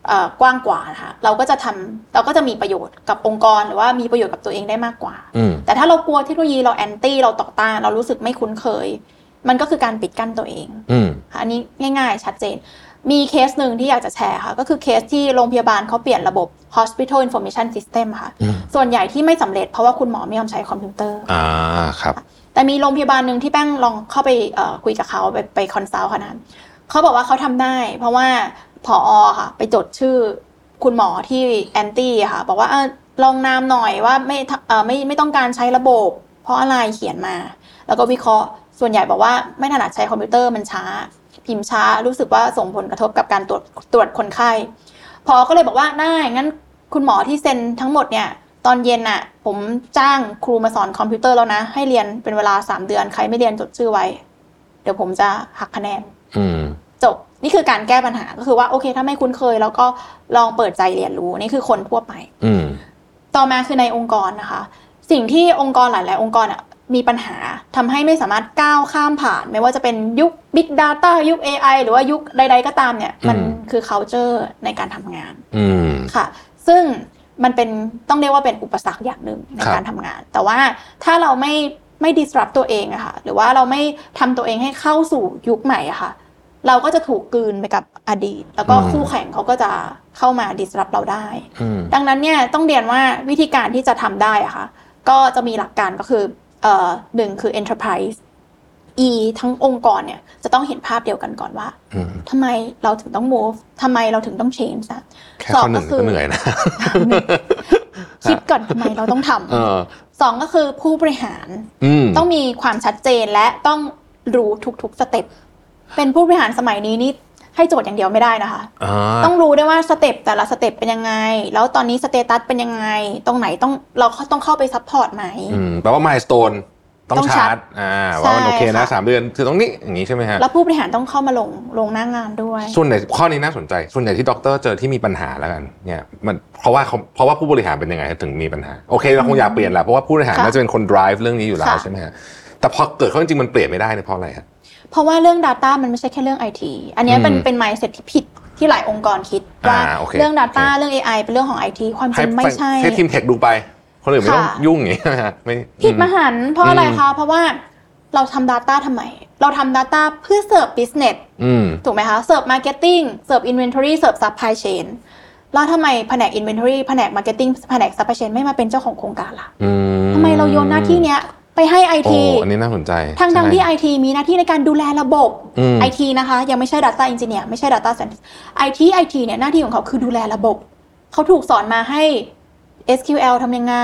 กว้างกว่านะคะเราก็จะทำเราก็จะมีประโยชน์กับองค์กรหรือว่ามีประโยชน์กับตัวเองได้มากกว่าแต่ถ้าเรากลัวเทคโนโลยีเราแอนตี้เราต่อต้านเรารู้สึกไม่คุ้นเคยมันก็คือการปิดกั้นตัวเองอันนี้ง่ายๆชัดเจนมีเคสหนึ่งที่อยากจะแชร์ค่ะก็คือเคสที่โรงพยาบาลเขาเปลี่ยนระบบ Hospital Information System ค่ะส่วนใหญ่ที่ไม่สำเร็จเพราะว่าคุณหมอไม่ยอมใช้คอมพิวเตอร์อ่าครับแต่มีโรงพยาบาลนึงที่แป้งลองเข้าไปเอ่อคุยกับเขาไปไปคอนซัลท์ค่ะนะเขาบอกว่าเขาทำได้เพราะว่าผอ.ค่ะไปจดชื่อคุณหมอที่แอนตี้ค่ะบอกว่าเออลองนามหน่อยว่าไม่เอ่อไม่ไม่ต้องการใช้ระบบเพราะอะไรเขียนมาแล้วก็วิเคราะห์ส่วนใหญ่บอกว่าไม่ถนัดใช้คอมพิวเตอร์มันช้าพิมพ์ช้ารู้สึกว่าส่งผลกระทบกับการตรวจตรวจคนไข้พอก็เลยบอกว่าได้งั้นคุณหมอที่เซ็นทั้งหมดเนี่ยตอนเย็นน่ะผมจ้างครูมาสอนคอมพิวเตอร์แล้วนะให้เรียนเป็นเวลาสามเดือนใครไม่เรียนจดชื่อไว้เดี๋ยวผมจะหักคะแนนจบนี่คือการแก้ปัญหาก็คือว่าโอเคถ้าไม่คุ้นเคยแล้วก็ลองเปิดใจเรียนรู้นี่คือคนทั่วไปต่อมาคือในองค์กรนะคะสิ่งที่องค์กรหลายๆองค์กรอ่ะมีปัญหาทำให้ไม่สามารถก้าวข้ามผ่านไม่ว่าจะเป็นยุค Big Data ยุค เอ ไอ หรือว่ายุคใดๆก็ตามเนี่ยมันคือ culture ในการทำงานค่ะซึ่งมันเป็นต้องเรียกว่าเป็นอุปสรรคอย่างหนึ่งในการทำงานแต่ว่าถ้าเราไม่ไม่ disrupt ตัวเองอะค่ะหรือว่าเราไม่ทำตัวเองให้เข้าสู่ยุคใหม่อะค่ะเราก็จะถูกกลืนไปกับอดีตแล้วก็คู่แข่งเขาก็จะเข้ามา disrupt เราได้ดังนั้นเนี่ยต้องเรียนว่าวิธีการที่จะทำได้อะค่ะก็จะมีหลักการก็คือเอ่อหนึ่งคือ enterprise E ทั้งองค์กรเนี่ยจะต้องเห็นภาพเดียวกันก่อนว่าทำไมเราถึงต้อง move ทำไมเราถึงต้อง change นะสองก็คือเหนื่อยนะคิดก่อนทำไมเราต้องทำสองก็คือผู้บริหารต้องมีความชัดเจนและต้องรู้ทุกๆสเต็ปเป็นผู้บริหารสมัยนี้นี่ให้โจทย์อย่างเดียวไม่ได้นะคะต้องรู้ได้ว่าสเต็ปแต่ละสเต็ปเป็นยังไงแล้วตอนนี้สเตตัสเป็นยังไงตรงไหนต้องเราต้องเข้าไปซัพพอร์ตไหมแปลว่า milestone ต้องชาร์จอ่าว่ามันโอเคนะสามเดือนคือตรงนี้อย่างนี้ใช่ไหมฮะแล้วผู้บริหารต้องเข้ามาลงลงหน้างานด้วยส่วนไหนข้อนี้น่าสนใจส่วนใหญ่ที่ด็อกเตอร์เจอที่มีปัญหาแล้วกันเนี่ยมันเพราะว่าเขาเพราะว่าผู้บริหารเป็นยังไงถึงมีปัญหาโอเคเราคงอยากเปลี่ยนแหละเพราะว่าผู้บริหารน่าจะเป็นคน drive เรื่องนี้อยู่แล้วใช่ไหมฮะแต่พอเกิดขึ้นจริงมันเปลี่ยนไม่ได้เนี่ยเพราะอะไรฮะเพราะว่าเรื่อง data มันไม่ใช่แค่เรื่อง ไอ ที อันนี้เป็นเป็น mindset ที่ผิดที่หลายองค์กรคิดว่าเรื่อง data เรื่อง เอ ไอ เป็นเรื่องของ ไอ ที ความจริงไม่ใช่ให้ทีมเทคดูไปคนอื่นไม่ต้องยุ่งอย่างนี้นะฮะไม่ผิดมหันต์เพราะอะไรคะเพราะว่าเราทำ data ทำไมเราทำ data เพื่อเสิร์ฟ business ถูกไหมคะเสิร์ฟ marketing เสิร์ฟ inventory เสิร์ฟ supply chain แล้วทำไมแผนก inventory แผนก marketing แผนก supply chain ไม่มาเป็นเจ้าของโครงการล่ะทำไมเราโยนหน้าที่เนี้ยไปให้ ไอ ทีโอ้อันนี้น่าสนใจทั้งทั้งที่ ไอ ที มีหน้าที่ในการดูแลระบบ ไอ ที นะคะยังไม่ใช่ data engineer ไม่ใช่ data scientist ไอ ที ไอ ที เนี่ยหน้าที่ของเขาคือดูแลระบบเขาถูกสอนมาให้ เอส คิว แอล ทำยังไง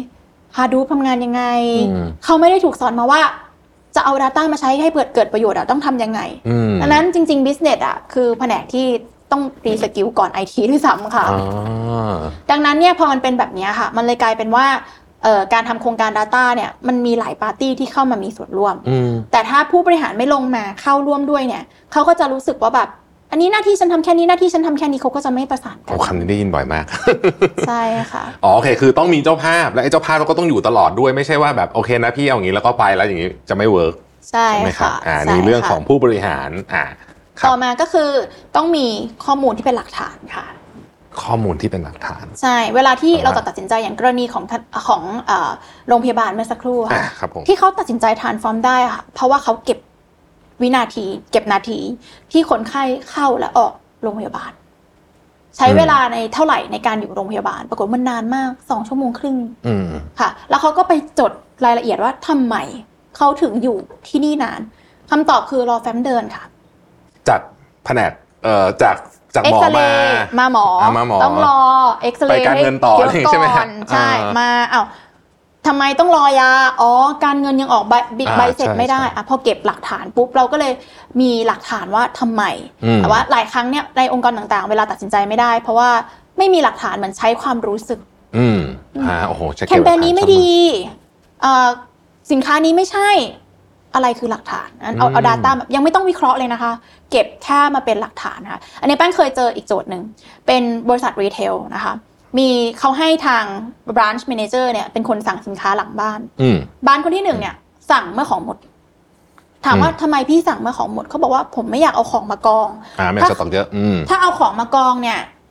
Hadoop ทำงานยังไงเขาไม่ได้ถูกสอนมาว่าจะเอา data มาใช้ให้เกิดเกิดประโยชน์อะต้องทำยังไงดังนั้นจริงๆ business อะคือแผนกที่ต้องรีสกิลก่อน ไอ ที ด้วยซ้ำค่ะดังนั้นเนี่ยพอมันเป็นแบบนี้ค่ะมันเลยกลายเป็นว่าการทำโครงการ data เนี่ยมันมีหลายปาร์ตี้ที่เข้ามามีส่วนร่วมแต่ถ้าผู้บริหารไม่ลงมาเข้าร่วมด้วยเนี่ยเขาก็จะรู้สึกว่าแบบอันนี้หน้าที่ฉันทำแค่นี้หน้าที่ฉันทำแค่นี้เขาก็จะไม่ประสานกันโอ้คำนี้ได้ยินบ่อยมากใช่ค่ะอ๋อโอเคคือต้องมีเจ้าภาพและไอ้เจ้าภาพเราก็ต้องอยู่ตลอดด้วยไม่ใช่ว่าแบบโอเคนะพี่เอาอย่างนี้แล้วก็ไปแล้วอย่างนี้จะไม่เวิร์กใช่ค่ะอ่านี่เรื่องของผู้บริหารอ่าต่อมาก็คือต้องมีข้อมูลที่เป็นหลักฐานค่ะข้อมูลที่เป็นหลักฐานใช่เวลาที่เราตัดสินใจอย่างกรณีของของเอ่อโรงพยาบาลเมื่อสักครู่ค่ะที่เขาตัดสินใจทรานส์ฟอร์มได้ค่ะเพราะว่าเขาเก็บวินาทีเก็บนาทีที่คนไข้เข้าและออกโรงพยาบาลใช้เวลาในเท่าไหร่ในการอยู่โรงพยาบาลปรากฏมันนานมากสองชั่วโมงครึ่งค่ะแล้วเขาก็ไปจดรายละเอียดว่าทำไมเขาถึงอยู่ที่นี่นานคำตอบคือรอแฟ้มเดินค่ะจากแผนกเอ่อจากจากหมอมามาหมอต้องรอเอ็กซเรย์ไปการเงินต่อใช่ไหมใช่มาอ้าวทำไมต้องรอยาอ๋อการเงินยังออกใบใบเสร็จไม่ได้อ่ะพอเก็บหลักฐานปุ๊บเราก็เลยมีหลักฐานว่าทำไมแต่ว่าหลายครั้งเนี่ยในองค์กรต่างๆเวลาตัดสินใจไม่ได้เพราะว่าไม่มีหลักฐานเหมือนใช้ความรู้สึกอืมอ่าโอ้โหแคมเปญนี้ไม่ดีเอ่อสินค้านี้ไม่ใช่อะไรคือหลักฐานเอาเอา data แบบยังไม่ต้องวิเคราะห์เลยนะคะเก็บแค่มาเป็นหลักฐานค่ะอันนี้แป้งเคยเจออีกโจทย์นึงเป็นบริษัทรีเทลนะคะมีเขาให้ทาง branch manager เนี่ยเป็นคนสั่งสินค้าหลังบ้านบ้านคนที่หนึ่งเนี่ยสั่งเมื่อของหมดถามว่าทำไมพี่สั่งเมื่อของหมดเขาบอกว่าผมไม่อยากเอาของมากองอ่าไม่สต็อกเยอะถ้าเอาของมากองเนี่ย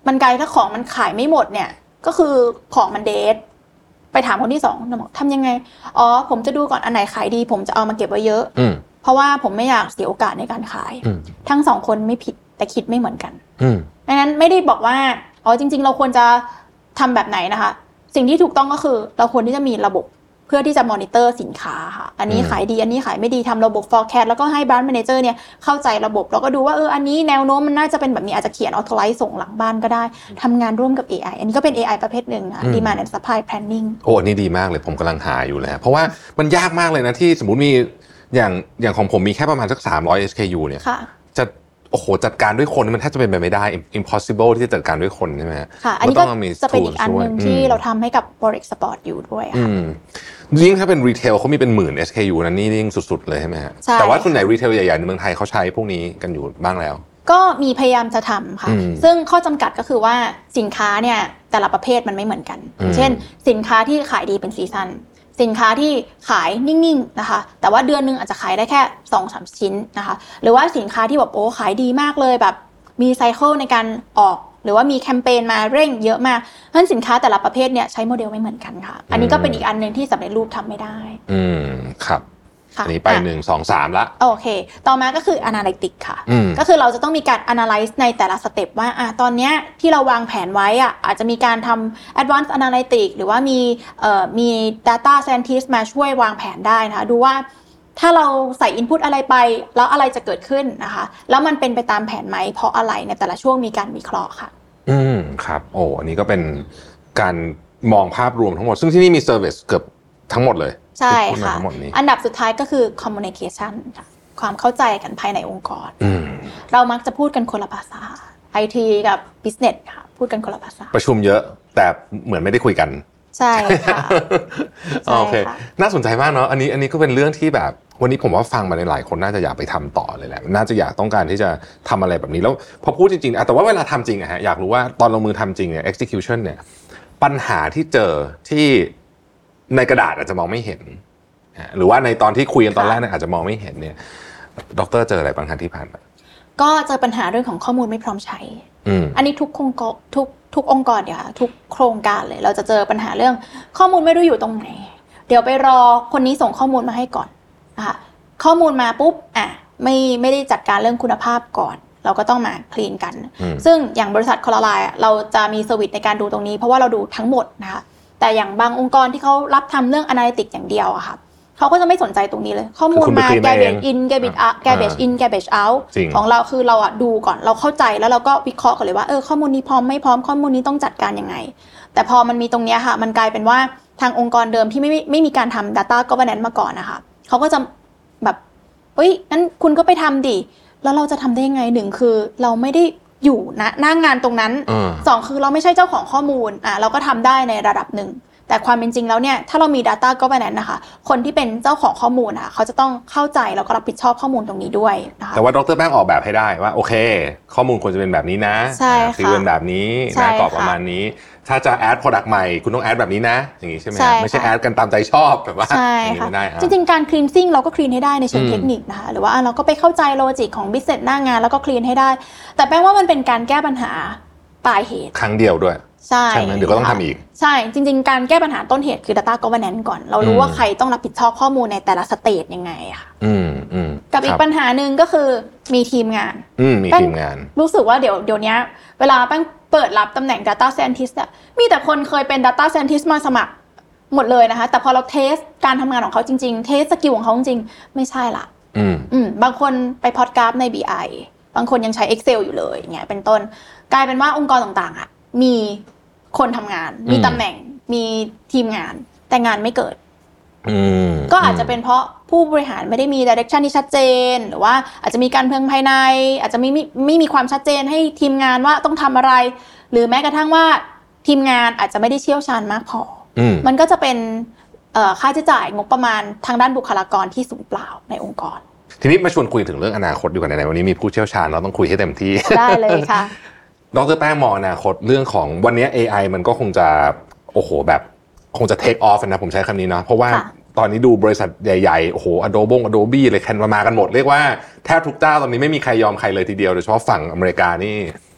มันกลายถ้าของมันขายไม่หมดเนี่ยก็คือของมันเดทไปถามคนที่สองบอกทำยังไงอ๋อผมจะดูก่อนอันไหนขายดีผมจะเอามาเก็บไว้เยอะเพราะว่าผมไม่อยากเสียโอกาสในการขายทั้งสองคนไม่ผิดแต่คิดไม่เหมือนกันดังนั้นไม่ได้บอกว่าอ๋อจริงๆเราควรจะทำแบบไหนนะคะสิ่งที่ถูกต้องก็คือเราควรที่จะมีระบบเพื่อที่จะมอนิเตอร์สินค้าค่ะอันนี้ขายดีอันนี้ขายไม่ดีทำระบบ forecast แล้วก็ให้ brand manager เนี่ยเข้าใจระบบแล้วก็ดูว่าเอออันนี้แนวโน้มมันน่าจะเป็นแบบนี้อาจจะเขียน authorize ส่งหลังบ้านก็ได้ทำงานร่วมกับ เอ ไอ อันนี้ก็เป็น เอ ไอ ประเภทหนึ่งนะ demand and supply planning โอ้อันนี้ดีมากเลยผมกำลังหาอยู่เลยเพราะว่ามันยากมากเลยนะที่สมมุติมีอย่างอย่างของผมมีแค่ประมาณสักสามร้อย เอส เค ยู เนี่ยจะโอ้โหจัดการด้วยคนมันแทบจะเป็นไปไม่ได้ impossible ที่จะจัดการด้วยคนใช่ไหมค่ะอันนี้ก็จะเป็นอีกอันนึงที่เราทำให้กับ Forex Sport อยู่ด้วยค่ะยิ่งถ้าเป็นรีเทลเขามีเป็นหมื่น เอส เค ยู นั้นนี่ยิ่งสุดๆเลยใช่ไหมฮะแต่ว่าส่วนใหญ่รีเทลใหญ่ๆในเมืองไทยเขาใช้พวกนี้กันอยู่บ้างแล้วก็มีพยายามจะทำค่ะซึ่งข้อจำกัดก็คือว่าสินค้าเนี่ยแต่ละประเภทมันไม่เหมือนกันเช่นสินค้าที่ขายดีเป็นซีซั่นสินค้าที่ขายนิ่งๆนะคะแต่ว่าเดือนนึงอาจจะขายได้แค่ สองถึงสาม ชิ้นนะคะหรือว่าสินค้าที่แบบโอ้ขายดีมากเลยแบบมีไซเคิลในการออกหรือว่ามีแคมเปญมาเร่งเยอะมากเพราะฉะนั้นสินค้าแต่ละประเภทเนี่ยใช้โมเดลไม่เหมือนกันค่ะอันนี้ก็เป็นอีกอันนึงที่สำเร็จรูปทำไม่ได้อืมครับอันนี้ไปหนึ่ง สอง สามละโอเคต่อมาก็คือ Analytics ค่ะก็คือเราจะต้องมีการ Analyze ในแต่ละสเต็ปว่าอ่ะตอนเนี้ยที่เราวางแผนไว้อ่ะอาจจะมีการทำ Advanced Analytics หรือว่ามีเอ่อมี Data Scientist มาช่วยวางแผนได้นะคะดูว่าถ้าเราใส่ input อะไรไปแล้วอะไรจะเกิดขึ้นนะคะแล้วมันเป็นไปตามแผนไหมเพราะอะไรในแต่ละช่วงมีการวิเคราะห์ค่ะอืมครับโอ้อันนี้ก็เป็นการมองภาพรวมทั้งหมดซึ่งที่นี่มี Service เกือบทั้งหมดเลยใช่ค่ะอันดับสุดท้ายก็คือ communication ค่ะความเข้าใจกันภายในองค์กรเรามักจะพูดกันคนละภาษา ไอ ที กับ business ค่ะพูดกันคนละภาษาประชุมเยอะแต่เหมือนไม่ได้คุยกันใช่ค่ะโอเคน่าสนใจมากเนาะอันนี้อันนี้ก็เป็นเรื่องที่แบบวันนี้ผมว่าฟังมาในหลายคนน่าจะอยากไปทำต่อเลยแหละน่าจะอยากต้องการที่จะทำอะไรแบบนี้แล้วพอพูดจริงๆแต่ว่าเวลาทำจริงอะฮะอยากรู้ว่าตอนลงมือทำจริงเนี่ย execution เนี่ยปัญหาที่เจอที่ในกระดาษอาจจะมองไม่เห็นหรือว่าในตอนที่คุยกันตอนแรกเนี่ยอาจจะมองไม่เห็นเนี่ยดร.เจออะไรบ้างคะที่ผ่านมาก็เจอปัญหาเรื่องของข้อมูลไม่พร้อมใช้อันนี้ทุกองค์กรทุกทุกองค์กรเดี๋ยวค่ะทุกโครงการเลยเราจะเจอปัญหาเรื่องข้อมูลไม่รู้อยู่ตรงไหนเดี๋ยวไปรอคนนี้ส่งข้อมูลมาให้ก่อนนะคะข้อมูลมาปุ๊บอ่ะไม่ไม่ได้จัดการเรื่องคุณภาพก่อนเราก็ต้องมาคลีนกันซึ่งอย่างบริษัทคอลาไลน์เราจะมีเซอร์วิสในการดูตรงนี้เพราะว่าเราดูทั้งหมดนะคะแต่อย่างบางองค์กรที่เขารับทำเรื่อง Analytics อย่างเดียวอะค่ะเขาก็จะไม่สนใจตรงนี้เลยข้อมูลมา garbage in garbage out garbage in garbage out ของเราคือเราอะดูก่อนเราเข้าใจแล้วเราก็วิเคราะห์กันเลยว่าเออข้อมูลนี้พร้อมไม่พร้อมข้อมูลนี้ต้องจัดการยังไงแต่พอมันมีตรงนี้ค่ะมันกลายเป็นว่าทางองค์กรเดิมที่ไม่ไม่มีการทำ data governance มาก่อนนะคะเขาก็จะแบบเฮ้ยงั้นคุณก็ไปทำดิแล้วเราจะทำได้ยังไงหนึ่งคือเราไม่ได้อยู่ณหน้างานตรงนั้นสองคือเราไม่ใช่เจ้าของข้อมูลอ่ะเราก็ทำได้ในระดับหนึ่งแต่ความเป็นจริงแล้วเนี่ยถ้าเรามี data governance นะคะคนที่เป็นเจ้าของข้อมูลอ่ะเขาจะต้องเข้าใจแล้วก็รับผิดชอบข้อมูลตรงนี้ด้วยนะคะแต่ว่าดร.แป้งออกแบบให้ได้ว่าโอเคข้อมูลควรจะเป็นแบบนี้นะฟีเป็นแบบนี้นะกรอบประมาณนี้ถ้าจะ add product ใหม่คุณต้อง add แบบนี้นะอย่างนี้ใช่ไหมไม่ใช่ add กันตามใจชอบแบบว่าไม่ได้จริงๆการ cleansing เราก็ clean ให้ได้ในเชิงเทคนิคนะคะหรือว่าเราก็ไปเข้าใจโลจิกของ business หน้างานแล้วก็ clean ให้ได้แต่แปลว่ามันเป็นการแก้ปัญหาปลายเหตุครั้งเดียวด้วยใช่ไหมเดี๋ยวก็ต้องทำอีกใช่จริงๆการแก้ปัญหาต้นเหตุคือ data governance ก่อนเรารู้ว่าใครต้องรับผิดชอบข้อมูลในแต่ละสเตจยังไงค่ะอืมอืมกับอีกปัญหาหนึ่งก็คือมีทีมงานอืมมีทีมงานรู้สึกว่าเดี๋ยวเดี๋ยวนี้เวลาแป้งเปิดรับตำแหน่ง data scientist อะมีแต่คนเคยเป็น data scientist มาสมัครหมดเลยนะคะแต่พอเราเทสการทำงานของเขาจริงๆเทสสกิลของเขาจริงๆไม่ใช่ละอืมอืมบางคนไปพอดกราฟใน บี ไอ บางคนยังใช้ Excel อยู่เลยอย่างเงี้ยเป็นต้นกลายเป็นว่าองค์กรต่างๆอะมีคนทำงานมีตำแหน่งมีทีมงานแต่งานไม่เกิดก็อาจจะเป็นเพราะผู้บริหารไม่ได้มี direction ที่ชัดเจนหรือว่าอาจจะมีการเมืองภายในอาจจะไม่ไม่ไม่มีความชัดเจนให้ทีมงานว่าต้องทำอะไรหรือแม้กระทั่งว่าทีมงานอาจจะไม่ได้เชี่ยวชาญมากพอมันก็จะเป็นค่าใช้จ่ายงบประมาณทางด้านบุคลากรที่สูญเปล่าในองค์กรทีนี้มาชวนคุยถึงเรื่องอนาคตดีกว่าในวันนี้มีผู้เชี่ยวชาญเราต้องคุยให้เต็มที่ได้เลยค่ะดร.แป้งมองอนาคตเรื่องของวันนี้ เอ ไอ มันก็คงจะโอ้โหแบบคงจะ take off นะผมใช้คำนี้เนาะเพราะว่าตอนนี้ดูบริษัทใหญ่ๆโอ้โห Adobe Adobe เลยแคนมามากันหมดเรียกว่าแทบทุกเจ้าตอนนี้ไม่มีใครยอมใครเลยทีเดียวโดยเฉพาะฝั่งอเมริกานี่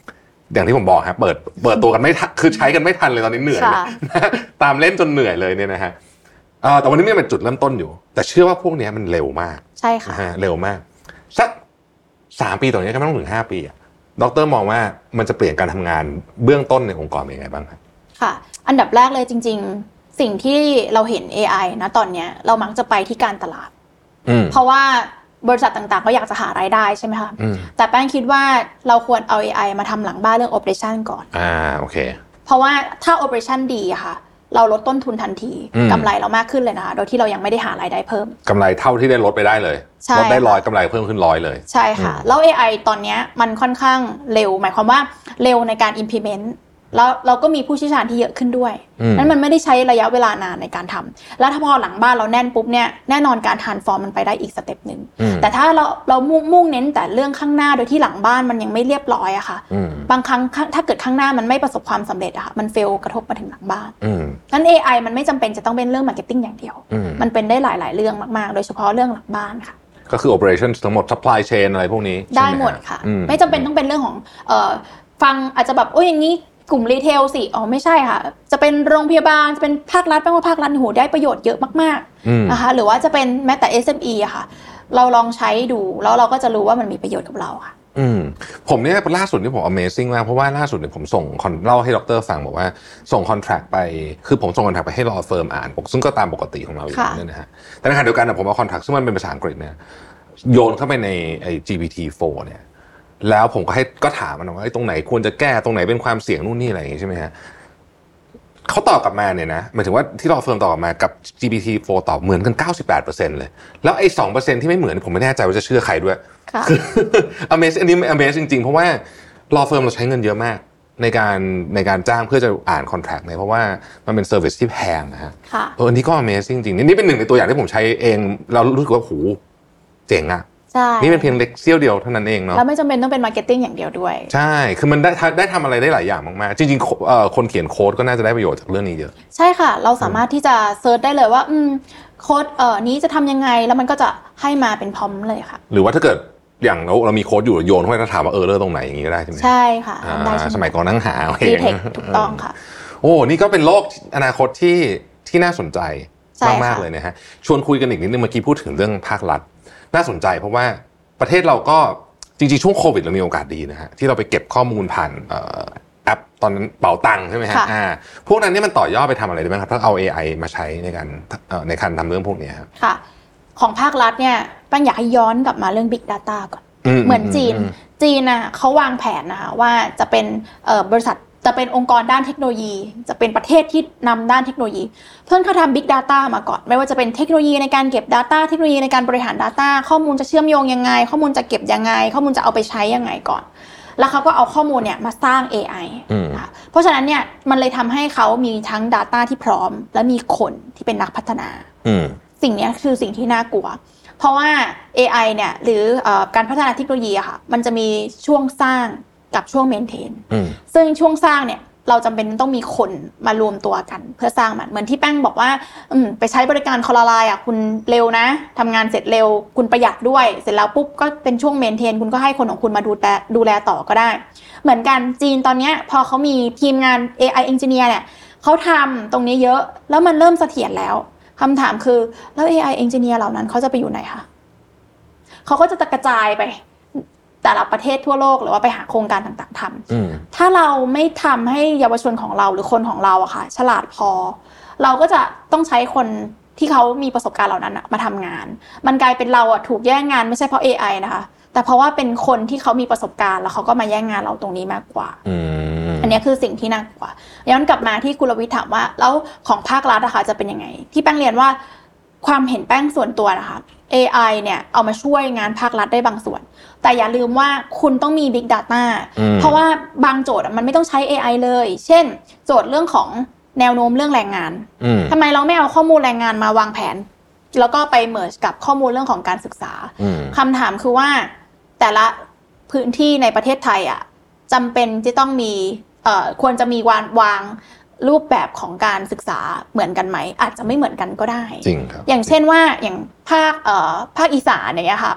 อย่างที่ผมบอกครับเปิดเปิดตัวกันไม่คือใช้กันไม่ทันเลยตอนนี้เหนื่อยตามเล่นจนเหนื่อยเลยเนี่ยนะฮะแต่วันนี้มันเป็นจุดเริ่มต้นอยู่แต่เชื่อว่าพวกนี้มันเร็วมากใช่ค่ะเร็วมากสักสามปีต่อนี้ก็ไม่ต้องถึงห้าปีอ่ะดร.มองว่ามันจะเปลี่ยนการทำงานเบื้องต้นในองค์กรเป็นยังไงบ้างครับค่ะอันดับแรกเลยจริงๆสิ่งที่เราเห็น เอ ไอ นะตอนนี้เรามักจะไปที่การตลาดเพราะว่าบริษัทต่างๆเขาอยากจะหารายได้ใช่ไหมคะแต่แป้งคิดว่าเราควรเอา เอ ไอ มาทำหลังบ้านเรื่อง operation ก่อนอ่าโอเคเพราะว่าถ้า operation ดีอะค่ะเราลดต้นทุนทันทีกำไรเรามากขึ้นเลยนะคะโดยที่เรายังไม่ได้หารายได้เพิ่มกำไรเท่าที่ได้ลดไปได้เลยลดได้ร้อยกำไรเพิ่มขึ้นร้อยเลยใช่ค่ะแล้ว เอ ไอ ตอนนี้มันค่อนข้างเร็วหมายความว่าเร็วในการ implement แล้วเราก็มีผู้เชี่ยวชาญที่เยอะขึ้นด้วยนั้นมันไม่ได้ใช้ระยะเวลานานในการทำแล้วถ้าพอหลังบ้านเราแน่นปุ๊บเนี่ยแน่นอนการทรานส์ฟอร์มมันไปได้อีกสเต็ปนึงแต่ถ้าเราเรามุ่งมุ่งเน้นแต่เรื่องข้างหน้าโดยที่หลังบ้านมันยังไม่เรียบร้อยอะค่ะบางครั้งถ้าเกิดข้างหน้ามันไม่ประสบความสำเร็จอะค่ะมันเฟลกระทบมาถึงหลังบ้านนั้น เอ ไอ มันไม่จำเป็นจะต้องเป็นเรื่อง marketing อย่างเดียวมันเป็นได้หลายๆเรื่องมากๆโดยเฉพาะเรื่องหลังบ้านค่ะก็คือ operation ทั้งหมด supply chain อะไรพวกนี้ได้หมดค่ะไม่จำเป็นต้องเป็นเรื่องของเอ่อฟังอาจจะแบบโอ้ยอย่างนี้กลุ่มรีเทลสิอ๋อไม่ใช่ค่ะจะเป็นโรงพยาบาลจะเป็นภาครัฐแปลว่าภาครัฐโหได้ประโยชน์เยอะมากๆนะคะหรือว่าจะเป็นแม้แต่ เอส เอ็ม อี อะค่ะเราลองใช้ดูแล้วเราก็จะรู้ว่ามันมีประโยชน์กับเราค่ะอืมผมเนี่ยล่าสุดที่ผม Amazing มากเพราะว่าล่าสุดเนี่ยผมส่งเล่าให้ดร.ฟังบอกว่าส่งคอนแทรคไปคือผมส่งคอนแทรคไปให้ law firm อ่านซึ่งก็ตามปกติของเราอยู่เนี่ยนะฮะแต่ในขณะเดียวกันเนี่ยผมเอาคอนแทรคซึ่งมันเป็นภาษาอังกฤษเนี่ยโยนเข้าไปในไอ้ จี พี ที โฟร์ เนี่ยแล้วผมก็ให้ก็ถามมันว่าไอ้ตรงไหนควรจะแก้ตรงไหนเป็นความเสี่ยงนู่นนี่อะไรอย่างงี้ใช่ไหมฮะเขาตอบกลับมาเนี่ยนะหมายถึงว่าที่เราเฟิร์มตอบกลับมากับ จี พี ที โฟร์ ตอบเหมือนกัน เก้าสิบแปดเปอร์เซ็นต์ เลยแล้วไอ้ สองเปอร์เซ็นต์ ที่ไม่เหมือนผมไม่แน่ใจว่าจะเชื่อใครด้วยค่ะ Amazing อันนี้ Amazing จริงๆเพราะว่า law firm เราใช้เงินเยอะมากในการในการจ้างเพื่อจะอ่านคอนแทรคเนี่ยเพราะว่ามันเป็นเซอร์วิสที่แพงนะฮะเอออันนี้ก็ Amazing จริงนี่เป็นหนึ่งในตัวอย่างที่ผมใช้เองเรารู้สึกว่าโหเจ๋งอ่ะนี่เป็นเพียงเล็กเสี้ยวเดียวเท่านั้นเองเนาะแล้วไม่จำเป็นต้องเป็นมาร์เก็ตติ้งอย่างเดียวด้วยใช่คือมันได้ได้ทำอะไรได้หลายอย่างมากๆจริงๆเอ่อคนเขียนโค้ดก็น่าจะได้ประโยชน์จากเรื่องนี้เยอะใช่ค่ะเราสามารถที่จะเซิร์ชได้เลยว่าอืมโค้ดเอ่อนี้จะทำยังไงแล้วมันก็จะให้มาเป็นพร้อมเลยค่ะหรือว่าถ้าเกิดอย่างเราเรามีโค้ดอยู่โยนเข้าไปแล้วถามว่าเออเรื่องตรงไหนอย่างงี้ก็ได้ใช่ไหมใช่ค่ะได้สมัยก่อนนั่งหาเองถูกต้องค่ะโอ้นี่ก็เป็นโลกอนาคตที่ที่น่าสนใจมากๆเลยนะฮะชวนคุยกันอีกนิดนึงเมื่อกี้พูดถึงเรื่องภาครัฐน่าสนใจเพราะว่าประเทศเราก็จริงๆช่วงโควิดเรามีโอกาสดีนะฮะที่เราไปเก็บข้อมูลผ่านแอปตอนนั้นเป๋าตังค์ใช่ไหมฮะอ่าพวกนั้นนี่มันต่อยอดไปทำอะไรได้บ้างครับถ้าเอา เอ ไอ มาใช้ในการในการทำเรื่องพวกนี้ครับค่ะของภาครัฐเนี่ยแป้งอยากให้ย้อนกลับมาเรื่อง Big Data ก่อนเหมือนจีนจีนนะเขาวางแผนนะคะว่าจะเป็นบริษัทจะเป็นองค์กรด้านเทคโนโลยีจะเป็นประเทศที่นำด้านเทคโนโลยีเพิ่งเขาทำ Big Data มาก่อนไม่ว่าจะเป็นเทคโนโลยีในการเก็บ Data เทคโนโลยีในการบริหาร Data ข้อมูลจะเชื่อมโยงยังไงข้อมูลจะเก็บยังไงข้อมูลจะเอาไปใช้ยังไงก่อนแล้วเขาก็เอาข้อมูลเนี่ยมาสร้าง เอ ไอ นะคะเพราะฉะนั้นเนี่ยมันเลยทำให้เขามีทั้ง Data ที่พร้อมและมีคนที่เป็นนักพัฒนาสิ่งนี้คือสิ่งที่น่ากลัวเพราะว่า เอ ไอ เนี่ยหรือการพัฒนาเทคโนโลยีอะค่ะมันจะมีช่วงสร้างกับช่วงเมนเทนซึ่งช่วงสร้างเนี่ยเราจำเป็นต้องมีคนมารวมตัวกันเพื่อสร้างมันเหมือนที่แป้งบอกว่าไปใช้บริการคอลไลน์อ่ะคุณเร็วนะทำงานเสร็จเร็วคุณประหยัดด้วยเสร็จแล้วปุ๊บก็เป็นช่วงเมนเทนคุณก็ให้คนของคุณมาดูแลดูแลต่อก็ได้เหมือนกันจีนตอนนี้พอเขามีทีมงาน เอ ไอ Engineer เนี่ยเขาทำตรงนี้เยอะแล้วมันเริ่มเสถียรแล้วคำถามคือแล้ว เอ ไอ Engineer เหล่านั้นเขาจะไปอยู่ไหนคะเขาก็จะกระจายไปแต่ละประเทศทั่วโลกหรือว่าไปหาโครงการต่างๆทำถ้าเราไม่ทำให้เยาวชนของเราหรือคนของเราอะค่ะฉลาดพอเราก็จะต้องใช้คนที่เขามีประสบการณ์เหล่านั้นมาทำงานมันกลายเป็นเราอะถูกแย่งงานไม่ใช่เพราะ เอ ไอ นะคะแต่เพราะว่าเป็นคนที่เขามีประสบการณ์แล้วเขาก็มาแย่งงานเราตรงนี้มากกว่าอันนี้คือสิ่งที่น่ากลัวย้อนกลับมาที่กุลวิทย์ถามว่าแล้วของภาครัฐอะค่ะจะเป็นยังไงที่แป้งเรียนว่าความเห็นแป้งส่วนตัวนะคะ เอ ไอ เนี่ยเอามาช่วยงานภาครัฐได้บางส่วนแต่อย่าลืมว่าคุณต้องมี Big Data เพราะว่าบางโจทย์มันไม่ต้องใช้ เอ ไอ เลยเช่นโจทย์เรื่องของแนวโน้มเรื่องแรงงานทำไมเราไม่เอาข้อมูลแรงงานมาวางแผนแล้วก็ไปเมิร์จกับข้อมูลเรื่องของการศึกษาคำถามคือว่าแต่ละพื้นที่ในประเทศไทยอ่ะจำเป็นที่ต้องมีเอ่อควรจะมีวางวางรูปแบบของการศึกษาเหมือนกันไหมอาจจะไม่เหมือนกันก็ได้จริงครับอย่างเช่นว่าอย่างภาคเอ่อภาคอีสานเนี่ยค่ะ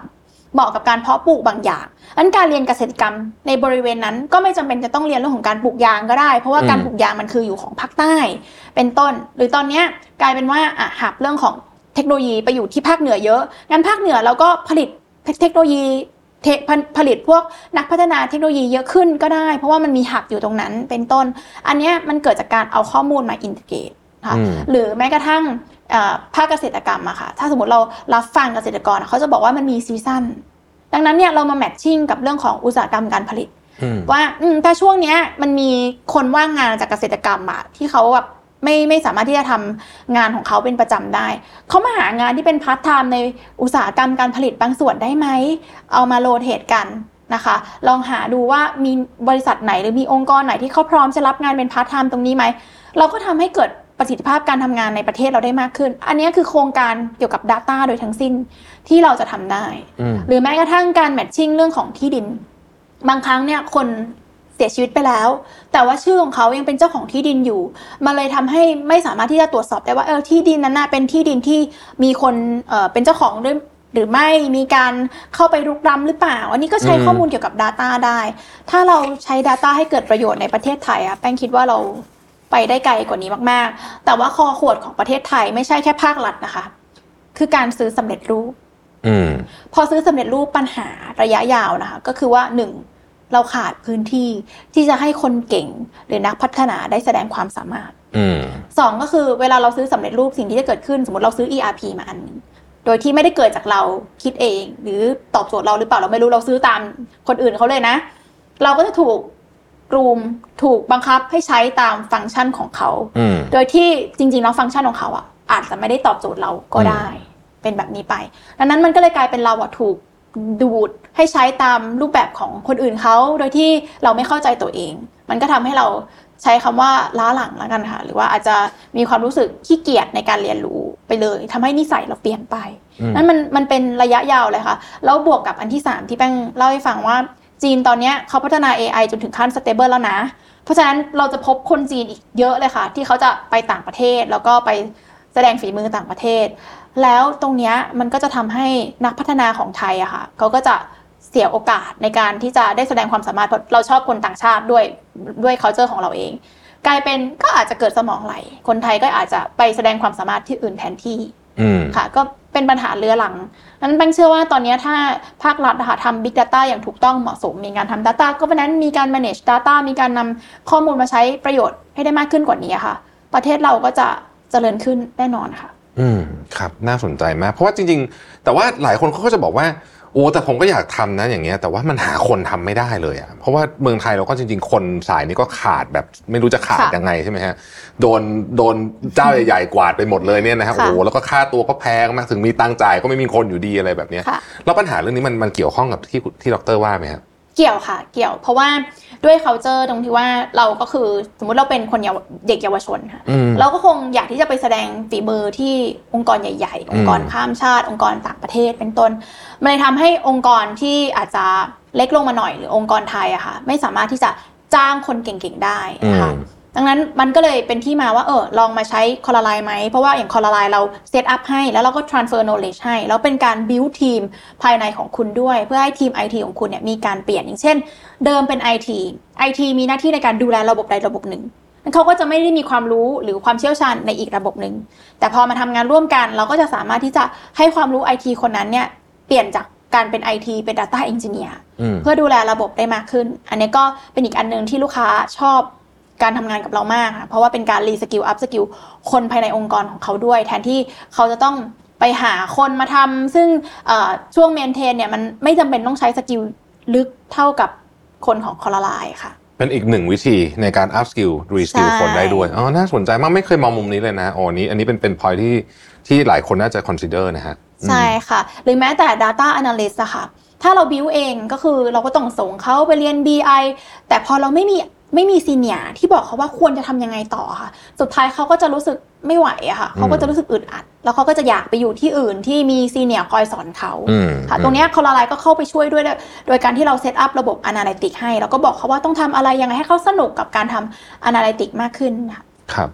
เหมาะกับการเพาะปลูกบางอย่างอันการเรียนเกษตรกรรมในบริเวณนั้นก็ไม่จำเป็นจะต้องเรียนเรื่องของการปลูกยางก็ได้เพราะว่าการปลูกยางมันคืออยู่ของภาคใต้เป็นต้นหรือตอนนี้กลายเป็นว่าอ่ะหับเรื่องของเทคโนโลยีไปอยู่ที่ภาคเหนือเยอะงั้นภาคเหนือเราก็ผลิตเทคโนโลยีผลิตพวกนักพัฒนาเทคโนโลยีเยอะขึ้นก็ได้เพราะว่ามันมีหับอยู่ตรงนั้นเป็นต้นอันนี้มันเกิดจากการเอาข้อมูลมาอินทิเกรตค่ะหรือแม้กระทั่งภาคเกษตรกรรมอะค่ะถ้าสมมติเรารับฟังเกษตรกรเขาจะบอกว่ามันมีซีซั่นดังนั้นเนี่ยเรามาแมทชิ่งกับเรื่องของอุตสาหกรรมการผลิตว่าถ้าช่วงนี้มันมีคนว่างงานจากเกษตรกรรมอะที่เขาแบบไม่ไม่สามารถที่จะทำงานของเขาเป็นประจำได้เขามาหางานที่เป็นพาร์ทไทม์ในอุตสาหกรรมการผลิตบางส่วนได้ไหมเอามาโรเตทกันนะคะลองหาดูว่ามีบริษัทไหนหรือมีองค์กรไหนที่เขาพร้อมจะรับงานเป็นพาร์ทไทม์ตรงนี้ไหมเราก็ทำให้เกิดประสิทธิภาพการทำงานในประเทศเราได้มากขึ้นอันนี้คือโครงการเกี่ยวกับ data โดยทั้งสิ้นที่เราจะทำได้หรือแม้กระทั่งการแมทชิ่งเรื่องของที่ดินบางครั้งเนี่ยคนเสียชีวิตไปแล้วแต่ว่าชื่อของเขายังเป็นเจ้าของที่ดินอยู่มันเลยทำให้ไม่สามารถที่จะตรวจสอบได้ว่าเออที่ดินนั้นน่ะเป็นที่ดินที่มีคนเอ่อเป็นเจ้าของด้วยหรือไม่มีการเข้าไปรุกล้ำหรือเปล่าอันนี้ก็ใช้ข้อมูลเกี่ยวกับ data ได้ถ้าเราใช้ data ให้เกิดประโยชน์ในประเทศไทยอ่ะแป้งคิดว่าเราไปได้ไกลกว่านี้มากๆแต่ว่าคอขวดของประเทศไทยไม่ใช่แค่ภาครัฐนะคะคือการซื้อสำเร็จรูปอืมพอซื้อสำเร็จรูปปัญหาระยะยาวนะคะก็คือว่าหนึ่งเราขาดพื้นที่ที่จะให้คนเก่งหรือนักพัฒนาได้แสดงความสามารถอืมสองก็คือเวลาเราซื้อสำเร็จรูปสิ่งที่จะเกิดขึ้นสมมติเราซื้อ อี อาร์ พี มาอันนึงโดยที่ไม่ได้เกิดจากเราคิดเองหรือตอบโจทย์เราหรือเปล่าเราไม่รู้เราซื้อตามคนอื่นเขาเลยนะเราก็จะถูกกลุ่มถูกบังคับให้ใช้ตามฟังก์ชันของเขาโดยที่จริงๆแล้วฟังก์ชันของเขาอ่ะอาจจะไม่ได้ตอบโจทย์เราก็ได้เป็นแบบนี้ไปดังนั้นมันก็เลยกลายเป็นเราอ่ะถูกดูดให้ใช้ตามรูปแบบของคนอื่นเขาโดยที่เราไม่เข้าใจตัวเองมันก็ทำให้เราใช้คำว่าล้าหลังแล้วกันค่ะหรือว่าอาจจะมีความรู้สึกขี้เกียจในการเรียนรู้ไปเลยทำให้นิสัยเราเปลี่ยนไปนั่นมันมันเป็นระยะยาวเลยค่ะแล้วบวกกับอันที่สามที่แป้งเล่าให้ฟังว่าจีนตอนนี้เขาพัฒนา เอ ไอ จนถึงขั้น stable แล้วนะเพราะฉะนั้นเราจะพบคนจีนอีกเยอะเลยค่ะที่เขาจะไปต่างประเทศแล้วก็ไปแสดงฝีมือต่างประเทศแล้วตรงนี้มันก็จะทำให้นักพัฒนาของไทยอะค่ะเขาก็จะเสียโอกาสในการที่จะได้แสดงความสามารถเพราะเราชอบคนต่างชาติด้วยด้วย culture ของเราเองกลายเป็นก็อาจจะเกิดสมองไหลคนไทยก็อาจจะไปแสดงความสามารถที่อื่นแทนที่ค่ะก็เป็นปัญหาเรื้อรังนั้นแป้งเชื่อว่าตอนนี้ถ้าภาครัฐนะคะทำ Big Data อย่างถูกต้องเหมาะสมมีการทำ Data Governance มีการ manage Data มีการนำข้อมูลมาใช้ประโยชน์ให้ได้มากขึ้นกว่านี้ค่ะประเทศเราก็จะเจริญขึ้นแน่นอนค่ะอืมครับน่าสนใจมากเพราะว่าจริงๆแต่ว่าหลายคนเขาก็จะบอกว่าโอ้แต่ผมก็อยากทำนะอย่างเงี้ยแต่ว่ามันหาคนทำไม่ได้เลยอ่ะเพราะว่าเมืองไทยเราก็จริงๆคนสายนี้ก็ขาดแบบไม่รู้จะขาดยังไงใช่ไหมฮะโดนโดนเจ้าใหญ่ๆกวาดไปหมดเลยเนี่ยนะครับโอ้แล้วก็ค่าตัวก็แพงมากถึงมีตังค์จ่ายก็ไม่มีคนอยู่ดีอะไรแบบนี้แล้วปัญหาเรื่องนี้มันมันเกี่ยวข้องกับที่ที่ดร.ว่าไหมครับเกี่ยวค่ะเกี่ยวเพราะว่าด้วย culture ตรงที่ว่าเราก็คือสมมุติเราเป็นคนเด็กเยาวชนค่ะเราก็คงอยากที่จะไปแสดงฝีมือที่องค์กรใหญ่ๆองค์กรข้ามชาติองค์กรต่างประเทศเป็นต้นมันเลยทำให้องค์กรที่อาจจะเล็กลงมาหน่อยหรือองค์กรไทยอะค่ะไม่สามารถที่จะจ้างคนเก่งๆได้นะคะดังนั้นมันก็เลยเป็นที่มาว่าเออลองมาใช้คอลลาไลน์ไหมเพราะว่าอย่างคอลลาไลน์เราเซตอัพให้แล้วเราก็ transfer knowledge ให้แล้วเป็นการ build ทีมภายในของคุณด้วยเพื่อให้ทีม ไอ ที ของคุณเนี่ยมีการเปลี่ยนอย่างเช่นเดิมเป็น ไอ ที ไอ ที มีหน้าที่ในการดูแลระบบใดระบบหนึ่งเขาก็จะไม่ได้มีความรู้หรือความเชี่ยวชาญในอีกระบบหนึ่งแต่พอมาทำงานร่วมกันเราก็จะสามารถที่จะให้ความรู้ ไอ ที คนนั้นเนี่ยเปลี่ยนจากการเป็น ไอ ที เป็น data engineer เพื่อดูแลระบบได้มากขึ้นอันนี้ก็เป็นอีกอันนึงที่ลูกค้าชอบการทำงานกับเรามากค่ะเพราะว่าเป็นการรีสกิลอัพสกิลคนภายในองค์กรของเขาด้วยแทนที่เขาจะต้องไปหาคนมาทำซึ่งช่วงเมนเทนเนี่ยมันไม่จำเป็นต้องใช้สกิลลึกเท่ากับคนของคอลลาไลน์ค่ะเป็นอีกหนึ่งวิธีในการอัพสกิลรีสกิลคนได้ด้วยอ๋อน่าสนใจมากไม่เคยมองมุมนี้เลยนะอ๋อนี้อันนี้เป็นเป็นพอยท์ที่ที่หลายคนน่าจะคอนซิเดอร์นะฮะใช่ค่ะหรือแม้แต่ data analyst อะค่ะถ้าเราบิวเองก็คือเราก็ต้องส่งเขาไปเรียน บี ไอ แต่พอเราไม่มีไม่มีซีเนียร์ที่บอกเขาว่าควรจะทำยังไงต่อค่ะสุดท้ายเขาก็จะรู้สึกไม่ไหวอะค่ะเขาก็จะรู้สึกอึดอัดแล้วเขาก็จะอยากไปอยู่ที่อื่นที่มีซีเนียร์คอยสอนเขาค่ะตรงนี้คอลลาไลน์ก็เข้าไปช่วยด้วยโดยการที่เราเซตอัพระบบอนาลิติกให้แล้วก็บอกเขาว่าต้องทำอะไรยังไงให้เขาสนุกกับการทำอนาลิติกมากขึ้นค่ะครับถ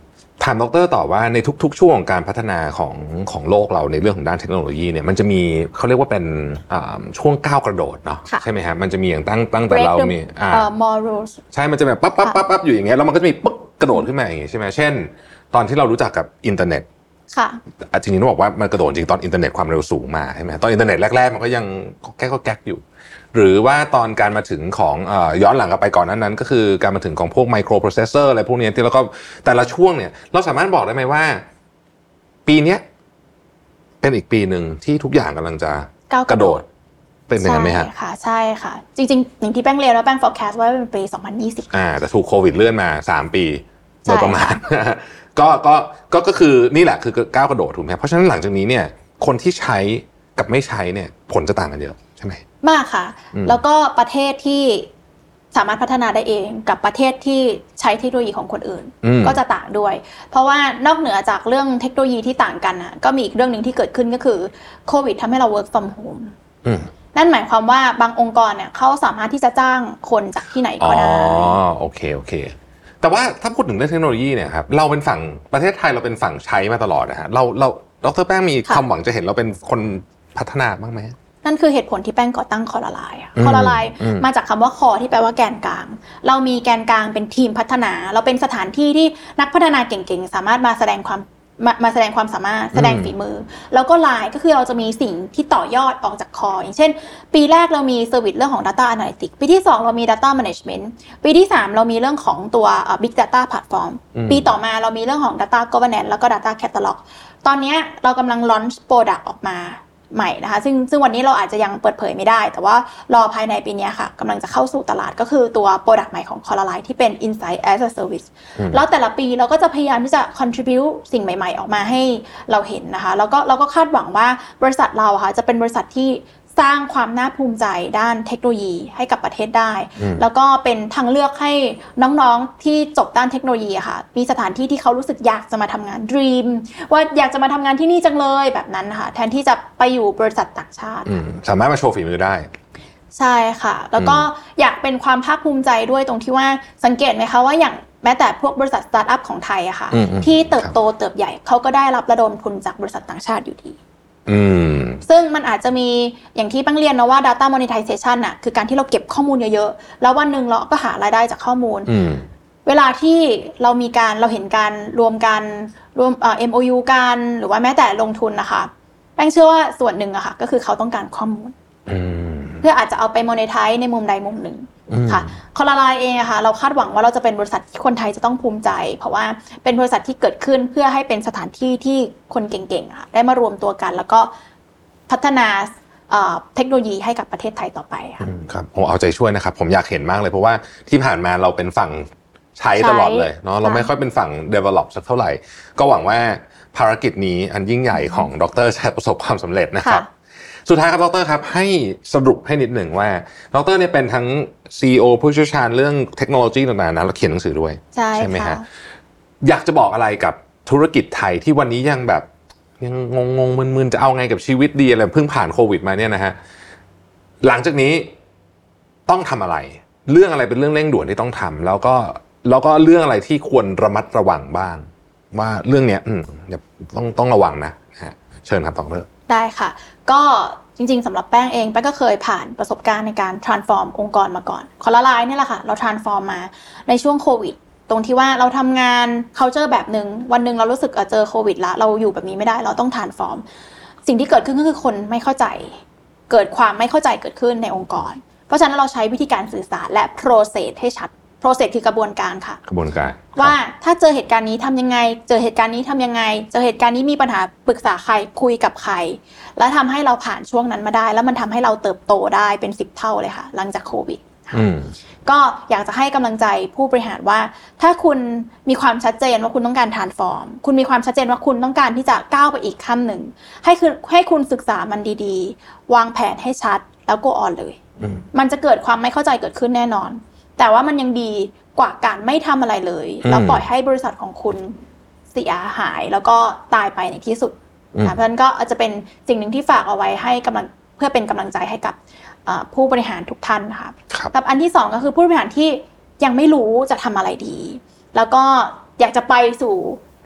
ถามดร.ต่อว่าในทุกๆช่วงของการพัฒนาของของโลกเราในเรื่องของด้านเทคโนโลยีเนี่ยมันจะมีเขาเรียกว่าเป็นช่วงก้าวกระโดดเนาะใช่ไหมฮะมันจะมีอย่างตั้งตั้งแต่เรามีอ่า more rules ใช่มันจะแบบปั๊บปั๊บปั๊บปั๊บอยู่อย่างเงี้ยแล้วมันก็จะมีปึ๊กกระโดดขึ้นมาอย่างงี้ใช่ไหมเช่นตอนที่เรารู้จักกับอินเทอร์เน็ตค่ะจริงๆต้องบอกว่ามันกระโดดจริงตอนอินเทอร์เน็ตความเร็วสูงมาใช่ไหมตอนอินเทอร์เน็ตแรกๆมันก็ยังแก๊กก็แก๊กอยู่หรือว่าตอนการมาถึงของเอ่อย้อนหลังกลับไปก่อนนั้นนั้นก็คือการมาถึงของพวกไมโครโปรเซสเซอร์อะไรพวกนี้ที่แล้วก็แต่ละช่วงเนี่ยเราสามารถบอกได้ไหมว่าปีนี้เป็นอีกปีนึงที่ทุกอย่างกำลังจะกระโดดเป็นอย่างนั้นไหมฮะใช่ค่ะใช่ค่ะจริงๆอย่างที่แป้งเรียนแล้วแป้ง forecast ไว้เป็นปีสองพันยี่สิบอ่าแต่ถูกโควิดเลื่อนมาสามปีโดยประมาณก็ก็ก็ก็คือนี่แหละคือก้าวกระโดดถูกไหมเพราะฉะนั้นหลังจากนี้เนี่ยคนที่ใช้กับไม่ใช้เนี่ยผลจะต่างกันเยอะใช่ไหมมากค่ะแล้วก็ประเทศที่สามารถพัฒนาได้เองกับประเทศที่ใช้เทคโนโลยีของคนอื่นก็จะต่างด้วยเพราะว่านอกเหนือจากเรื่องเทคโนโลยีที่ต่างกันน่ะก็มีอีกเรื่องนึงที่เกิดขึ้นก็คือโควิดทำให้เรา work from home นั่นหมายความว่าบางองค์กรเนี่ยเขาสามารถที่จะจ้างคนจากที่ไหนก็ได้อ๋อโอเคโอเคแต่ว่าถ้าพูดถึงเรื่องเทคโนโลยีเนี่ยครับเราเป็นฝั่งประเทศไทยเราเป็นฝั่งใช้มาตลอดนะฮะเราเราดร.แป้งมีความหวังจะเห็นเราเป็นคนพัฒนาบ้างไหมนั่นคือเหตุผลที่แป้งก่อตั้งคอลไลน์คอลไลน์มาจากคำว่าคอที่แปลว่าแกนกลางเรามีแกนกลางเป็นทีมพัฒนาเราเป็นสถานที่ที่นักพัฒนาเก่งๆสามารถมาแสดงความมามาแสดงความสามารถแสดงฝีมือแล้วก็ไลน์ก็คือเราจะมีสิ่งที่ต่อยอดออกจากคออย่างเช่นปีแรกเรามีเซอร์วิสเรื่องของ Data Analytics ปีที่สองเรามี Data Management ปีที่สามเรามีเรื่องของตัว Big Data Platform ปีต่อมาเรามีเรื่องของ Data Governance แล้วก็ Data Catalog ตอนนี้เรากำลัง launch product ออกมาใหม่นะคะซึ่งซึ่งวันนี้เราอาจจะยังเปิดเผยไม่ได้แต่ว่ารอภายในปีนี้ค่ะกำลังจะเข้าสู่ตลาดก็คือตัว product ใหม่ของ Coraline ที่เป็น Insight as a Service แล้วแต่ละปีเราก็จะพยายามที่จะ contribute สิ่งใหม่ๆออกมาให้เราเห็นนะคะแล้วก็เราก็คาดหวังว่าบริษัทเราค่ะจะเป็นบริษัทที่สร้างความน่าภูมิใจด้านเทคโนโลยีให้กับประเทศได้แล้วก็เป็นทางเลือกให้น้องๆที่จบด้านเทคโนโลยีค่ะมีสถานที่ที่เขารู้สึกอยากจะมาทำงาน dream ว่าอยากจะมาทำงานที่นี่จังเลยแบบนั้นค่ะแทนที่จะไปอยู่บริษัทต่างชาติสามารถมาโชว์ฝีมือได้ใช่ค่ะแล้วก็อยากเป็นความภาคภูมิใจด้วยตรงที่ว่าสังเกตไหมคะว่าอย่างแม้แต่พวกบริษัทสตาร์ทอัพของไทยอะค่ะที่เติบโตเติบใหญ่เขาก็ได้รับระดมทุนจากบริษัทต่างชาติอยู่ดีซึ่งมันอาจจะมีอย่างที่แป้งเรียนนะว่า data monetization น่ะคือการที่เราเก็บข้อมูลเยอะๆแล้ววันนึงเราก็หารายได้จากข้อมูลเวลาที่เรามีการเราเห็นการรวมกันรวมเอ่อ เอ็ม โอ ยู กันหรือว่าแม้แต่ลงทุนนะคะแป้งเชื่อว่าส่วนหนึ่งอะค่ะก็คือเขาต้องการข้อมูลเพื่ออาจจะเอาไป monetize ในมุมใดมุมหนึ่งค่ะคอลไลน์เองอะค่ะเราคาดหวังว่าเราจะเป็นบริษัทที่คนไทยจะต้องภูมิใจเพราะว่าเป็นบริษัทที่เกิดขึ้นเพื่อให้เป็นสถานที่ที่คนเก่งๆค่ะได้มารวมตัวกันแล้วก็พัฒนาเทคโนโลยีให้กับประเทศไทยต่อไปค่ะครับผมเอาใจช่วยนะครับผมอยากเห็นมากเลยเพราะว่าที่ผ่านมาเราเป็นฝั่งใช้ตลอดเลยเนาะเราไม่ค่อยเป็นฝั่ง develop สักเท่าไหร่ก็หวังว่าภารกิจนี้อันยิ่งใหญ่ของดร.จะประสบความสำเร็จนะครับสุดท้ายครับดร.ครับให้สรุปให้นิดหนึ่งว่าดร.เนี่ยเป็นทั้ง ซี อี โอ ผู้เชี่ยวชาญเรื่องเทคโนโลยีต่างๆนะแล้วเขียนหนังสือด้วยใช่ใช่ไหมฮะอยากจะบอกอะไรกับธุรกิจไทยที่วันนี้ยังแบบยังงงๆมึนๆจะเอาไงกับชีวิตดีอะไรเพิ่งผ่านโควิดมาเนี่ยนะฮะหลังจากนี้ต้องทำอะไรเรื่องอะไรเป็นเรื่องเร่งด่วนที่ต้องทำแล้วก็แล้วก็เรื่องอะไรที่ควรระมัดระวังบ้างว่าเรื่องเนี้ยอืมต้องต้องระวังนะฮะเชิญครับดร. ได้ค่ะก็จริงๆสำหรับแป้งเองแป้งก็เคยผ่านประสบการณ์ในการ transform องค์กรมาก่อนคอลไลน์นี่แหละค่ะเรา transform มาในช่วงโควิดตรงที่ว่าเราทำงาน culture แบบนึงวันนึงเรารู้สึกเจอโควิดละเราอยู่แบบนี้ไม่ได้เราต้อง transform สิ่งที่เกิดขึ้นก็คือคนไม่เข้าใจเกิดความไม่เข้าใจเกิดขึ้นในองค์กรเพราะฉะนั้นเราใช้วิธีการสื่อสารและ process ให้ชัดprocess คือกระบวนการค่ะกระบวนการว่าถ้าเจอเหตุการณ์นี้ทำยังไงเจอเหตุการณ์นี้ทำยังไงเจอเหตุการณ์นี้มีปัญหาปรึกษาใครคุยกับใครแล้วทำให้เราผ่านช่วงนั้นมาได้แล้วมันทำให้เราเติบโตได้เป็นสิบเท่าเลยค่ะหลังจากโควิดก็อยากจะให้กำลังใจผู้บริหารว่าถ้าคุณมีความชัดเจนว่าคุณต้องการ transform คุณมีความชัดเจนว่าคุณต้องการที่จะก้าวไปอีกขั้นหนึ่งให้คือให้คุณศึกษามันดีๆวางแผนให้ชัดแล้ว go on เลยมันจะเกิดความไม่เข้าใจเกิดขึ้นแน่นอนแต่ว่ามันยังดีกว่าการไม่ทำอะไรเลยแล้วปล่อยให้บริษัทของคุณเสียหายแล้วก็ตายไปในที่สุดเพราะฉะนั้นก็อาจจะเป็นสิ่งหนึ่งที่ฝากเอาไว้ให้กำลังเพื่อเป็นกำลังใจให้กับผู้บริหารทุกท่านค่ะกับอันที่สองก็คือผู้บริหารที่ยังไม่รู้จะทำอะไรดีแล้วก็อยากจะไปสู่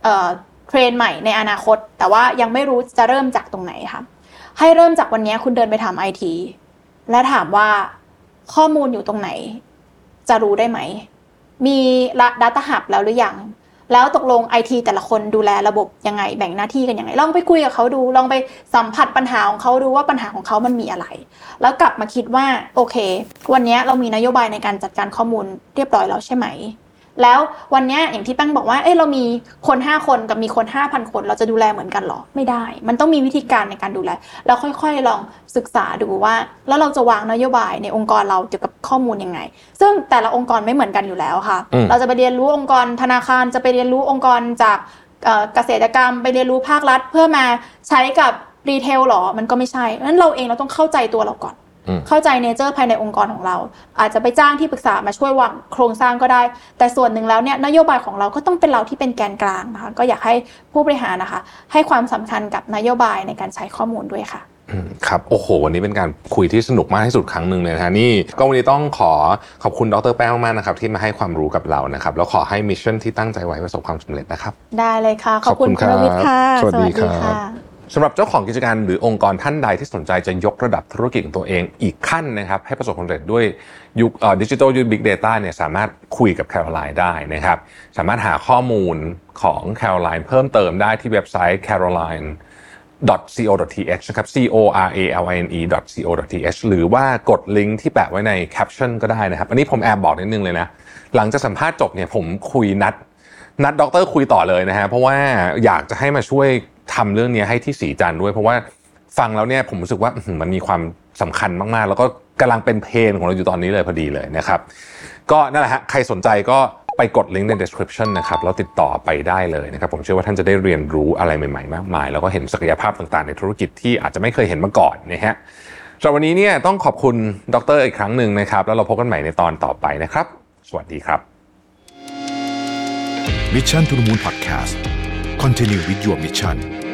เอ่อเทรนด์ใหม่ในอนาคตแต่ว่ายังไม่รู้จะเริ่มจากตรงไหนค่ะให้เริ่มจากวันนี้คุณเดินไปทำ ไอ ที และถามว่าข้อมูลอยู่ตรงไหนจะรู้ได้ไหมมี Data Hub แล้วหรือยังแล้วตกลง ไอ ที แต่ละคนดูแลระบบยังไงแบ่งหน้าที่กันยังไงลองไปคุยกับเขาดูลองไปสัมผัสปัญหาของเขาดูว่าปัญหาของเขามันมีอะไรแล้วกลับมาคิดว่าโอเควันนี้เรามีนโยบายในการจัดการข้อมูลเรียบร้อยแล้วใช่ไหมแล้ววันนี้อย่างที่แป้งบอกว่าเอ้ยเรามีคนห้าคนกับมีคน ห้าพัน คนเราจะดูแลเหมือนกันหรอไม่ได้มันต้องมีวิธีการในการดูแลแล้วค่อยๆลองศึกษาดูว่าแล้วเราจะวางนโยบายในองค์กรเราเกี่ยวกับข้อมูลยังไงซึ่งแต่ละองค์กรไม่เหมือนกันอยู่แล้วค่ะเราจะไปเรียนรู้องค์กรธนาคารจะไปเรียนรู้องค์กรจากเกษตรกรรมไปเรียนรู้ภาครัฐเพื่อมาใช้กับรีเทลหรอมันก็ไม่ใช่งั้นเราเองเราต้องเข้าใจตัวเราก่อนเข้าใจเนเจอร์ภายในองค์กรของเราอาจจะไปจ้างที่ปรึกษามาช่วยวางโครงสร้างก็ได้แต่ส่วนหนึ่งแล้วเนี่ยนโยบายของเราก็ต้องเป็นเราที่เป็นแกนกลางนะคะก็อยากให้ผู้บริหารนะคะให้ความสำคัญกับนโยบายในการใช้ข้อมูลด้วยค่ะครับโอ้โหวันนี้เป็นการคุยที่สนุกมากที่สุดครั้งหนึ่งเลยนะฮะนี่ก็วันนี้ต้องขอขอบคุณดร.แป้งมากๆนะครับที่มาให้ความรู้กับเรานะครับแล้วขอให้มิชชั่นที่ตั้งใจไว้ประสบความสำเร็จนะครับได้เลยค่ะขอบคุณคุณวิทย์ค่ะสวัสดีครับสำหรับเจ้าของกิจการหรือองค์กรท่านใดที่สนใจจะยกระดับธุรกิจของตัวเองอีกขั้นนะครับให้ประสบความสำเร็จด้วยยุคดิจิทัลยุค Big Data เนี่ยสามารถคุยกับ Caroline ได้นะครับสามารถหาข้อมูลของ Caroline เพิ่มเติมได้ที่เว็บไซต์ caroline dot co dot th นะครับ c o r a l i n e dot co dot th หรือว่ากดลิงก์ที่แปะไว้ในแคปชั่นก็ได้นะครับอันนี้ผมแอบบอกนิดนึงเลยนะหลังจากสัมภาษณ์จบเนี่ยผมคุยนัดนัดด็อกเตอร์คุยต่อเลยนะฮะเพราะว่าอยากจะให้มาช่วยทำเรื่องนี้ให้ที่สีจันทร์ด้วยเพราะว่าฟังแล้วเนี่ยผมรู้สึกว่ามันมีความสำคัญมากๆแล้วก็กำลังเป็นเพนของเราอยู่ตอนนี้เลยพอดีเลยนะครับก็นั่นแหละฮะใครสนใจก็ไปกดลิงก์ใน description นะครับแล้วติดต่อไปได้เลยนะครับผมเชื่อว่าท่านจะได้เรียนรู้อะไรใหม่ๆมากมายแล้วก็เห็นศักยภาพต่างๆในธุรกิจที่อาจจะไม่เคยเห็นมาก่อนนะฮะสำหรับวันนี้เนี่ยต้องขอบคุณดร.อีกครั้งหนึ่งนะครับแล้วเราพบกันใหม่ในตอนต่อไปนะครับสวัสดีครับ Mission to the Moon Podcast Continue with your mission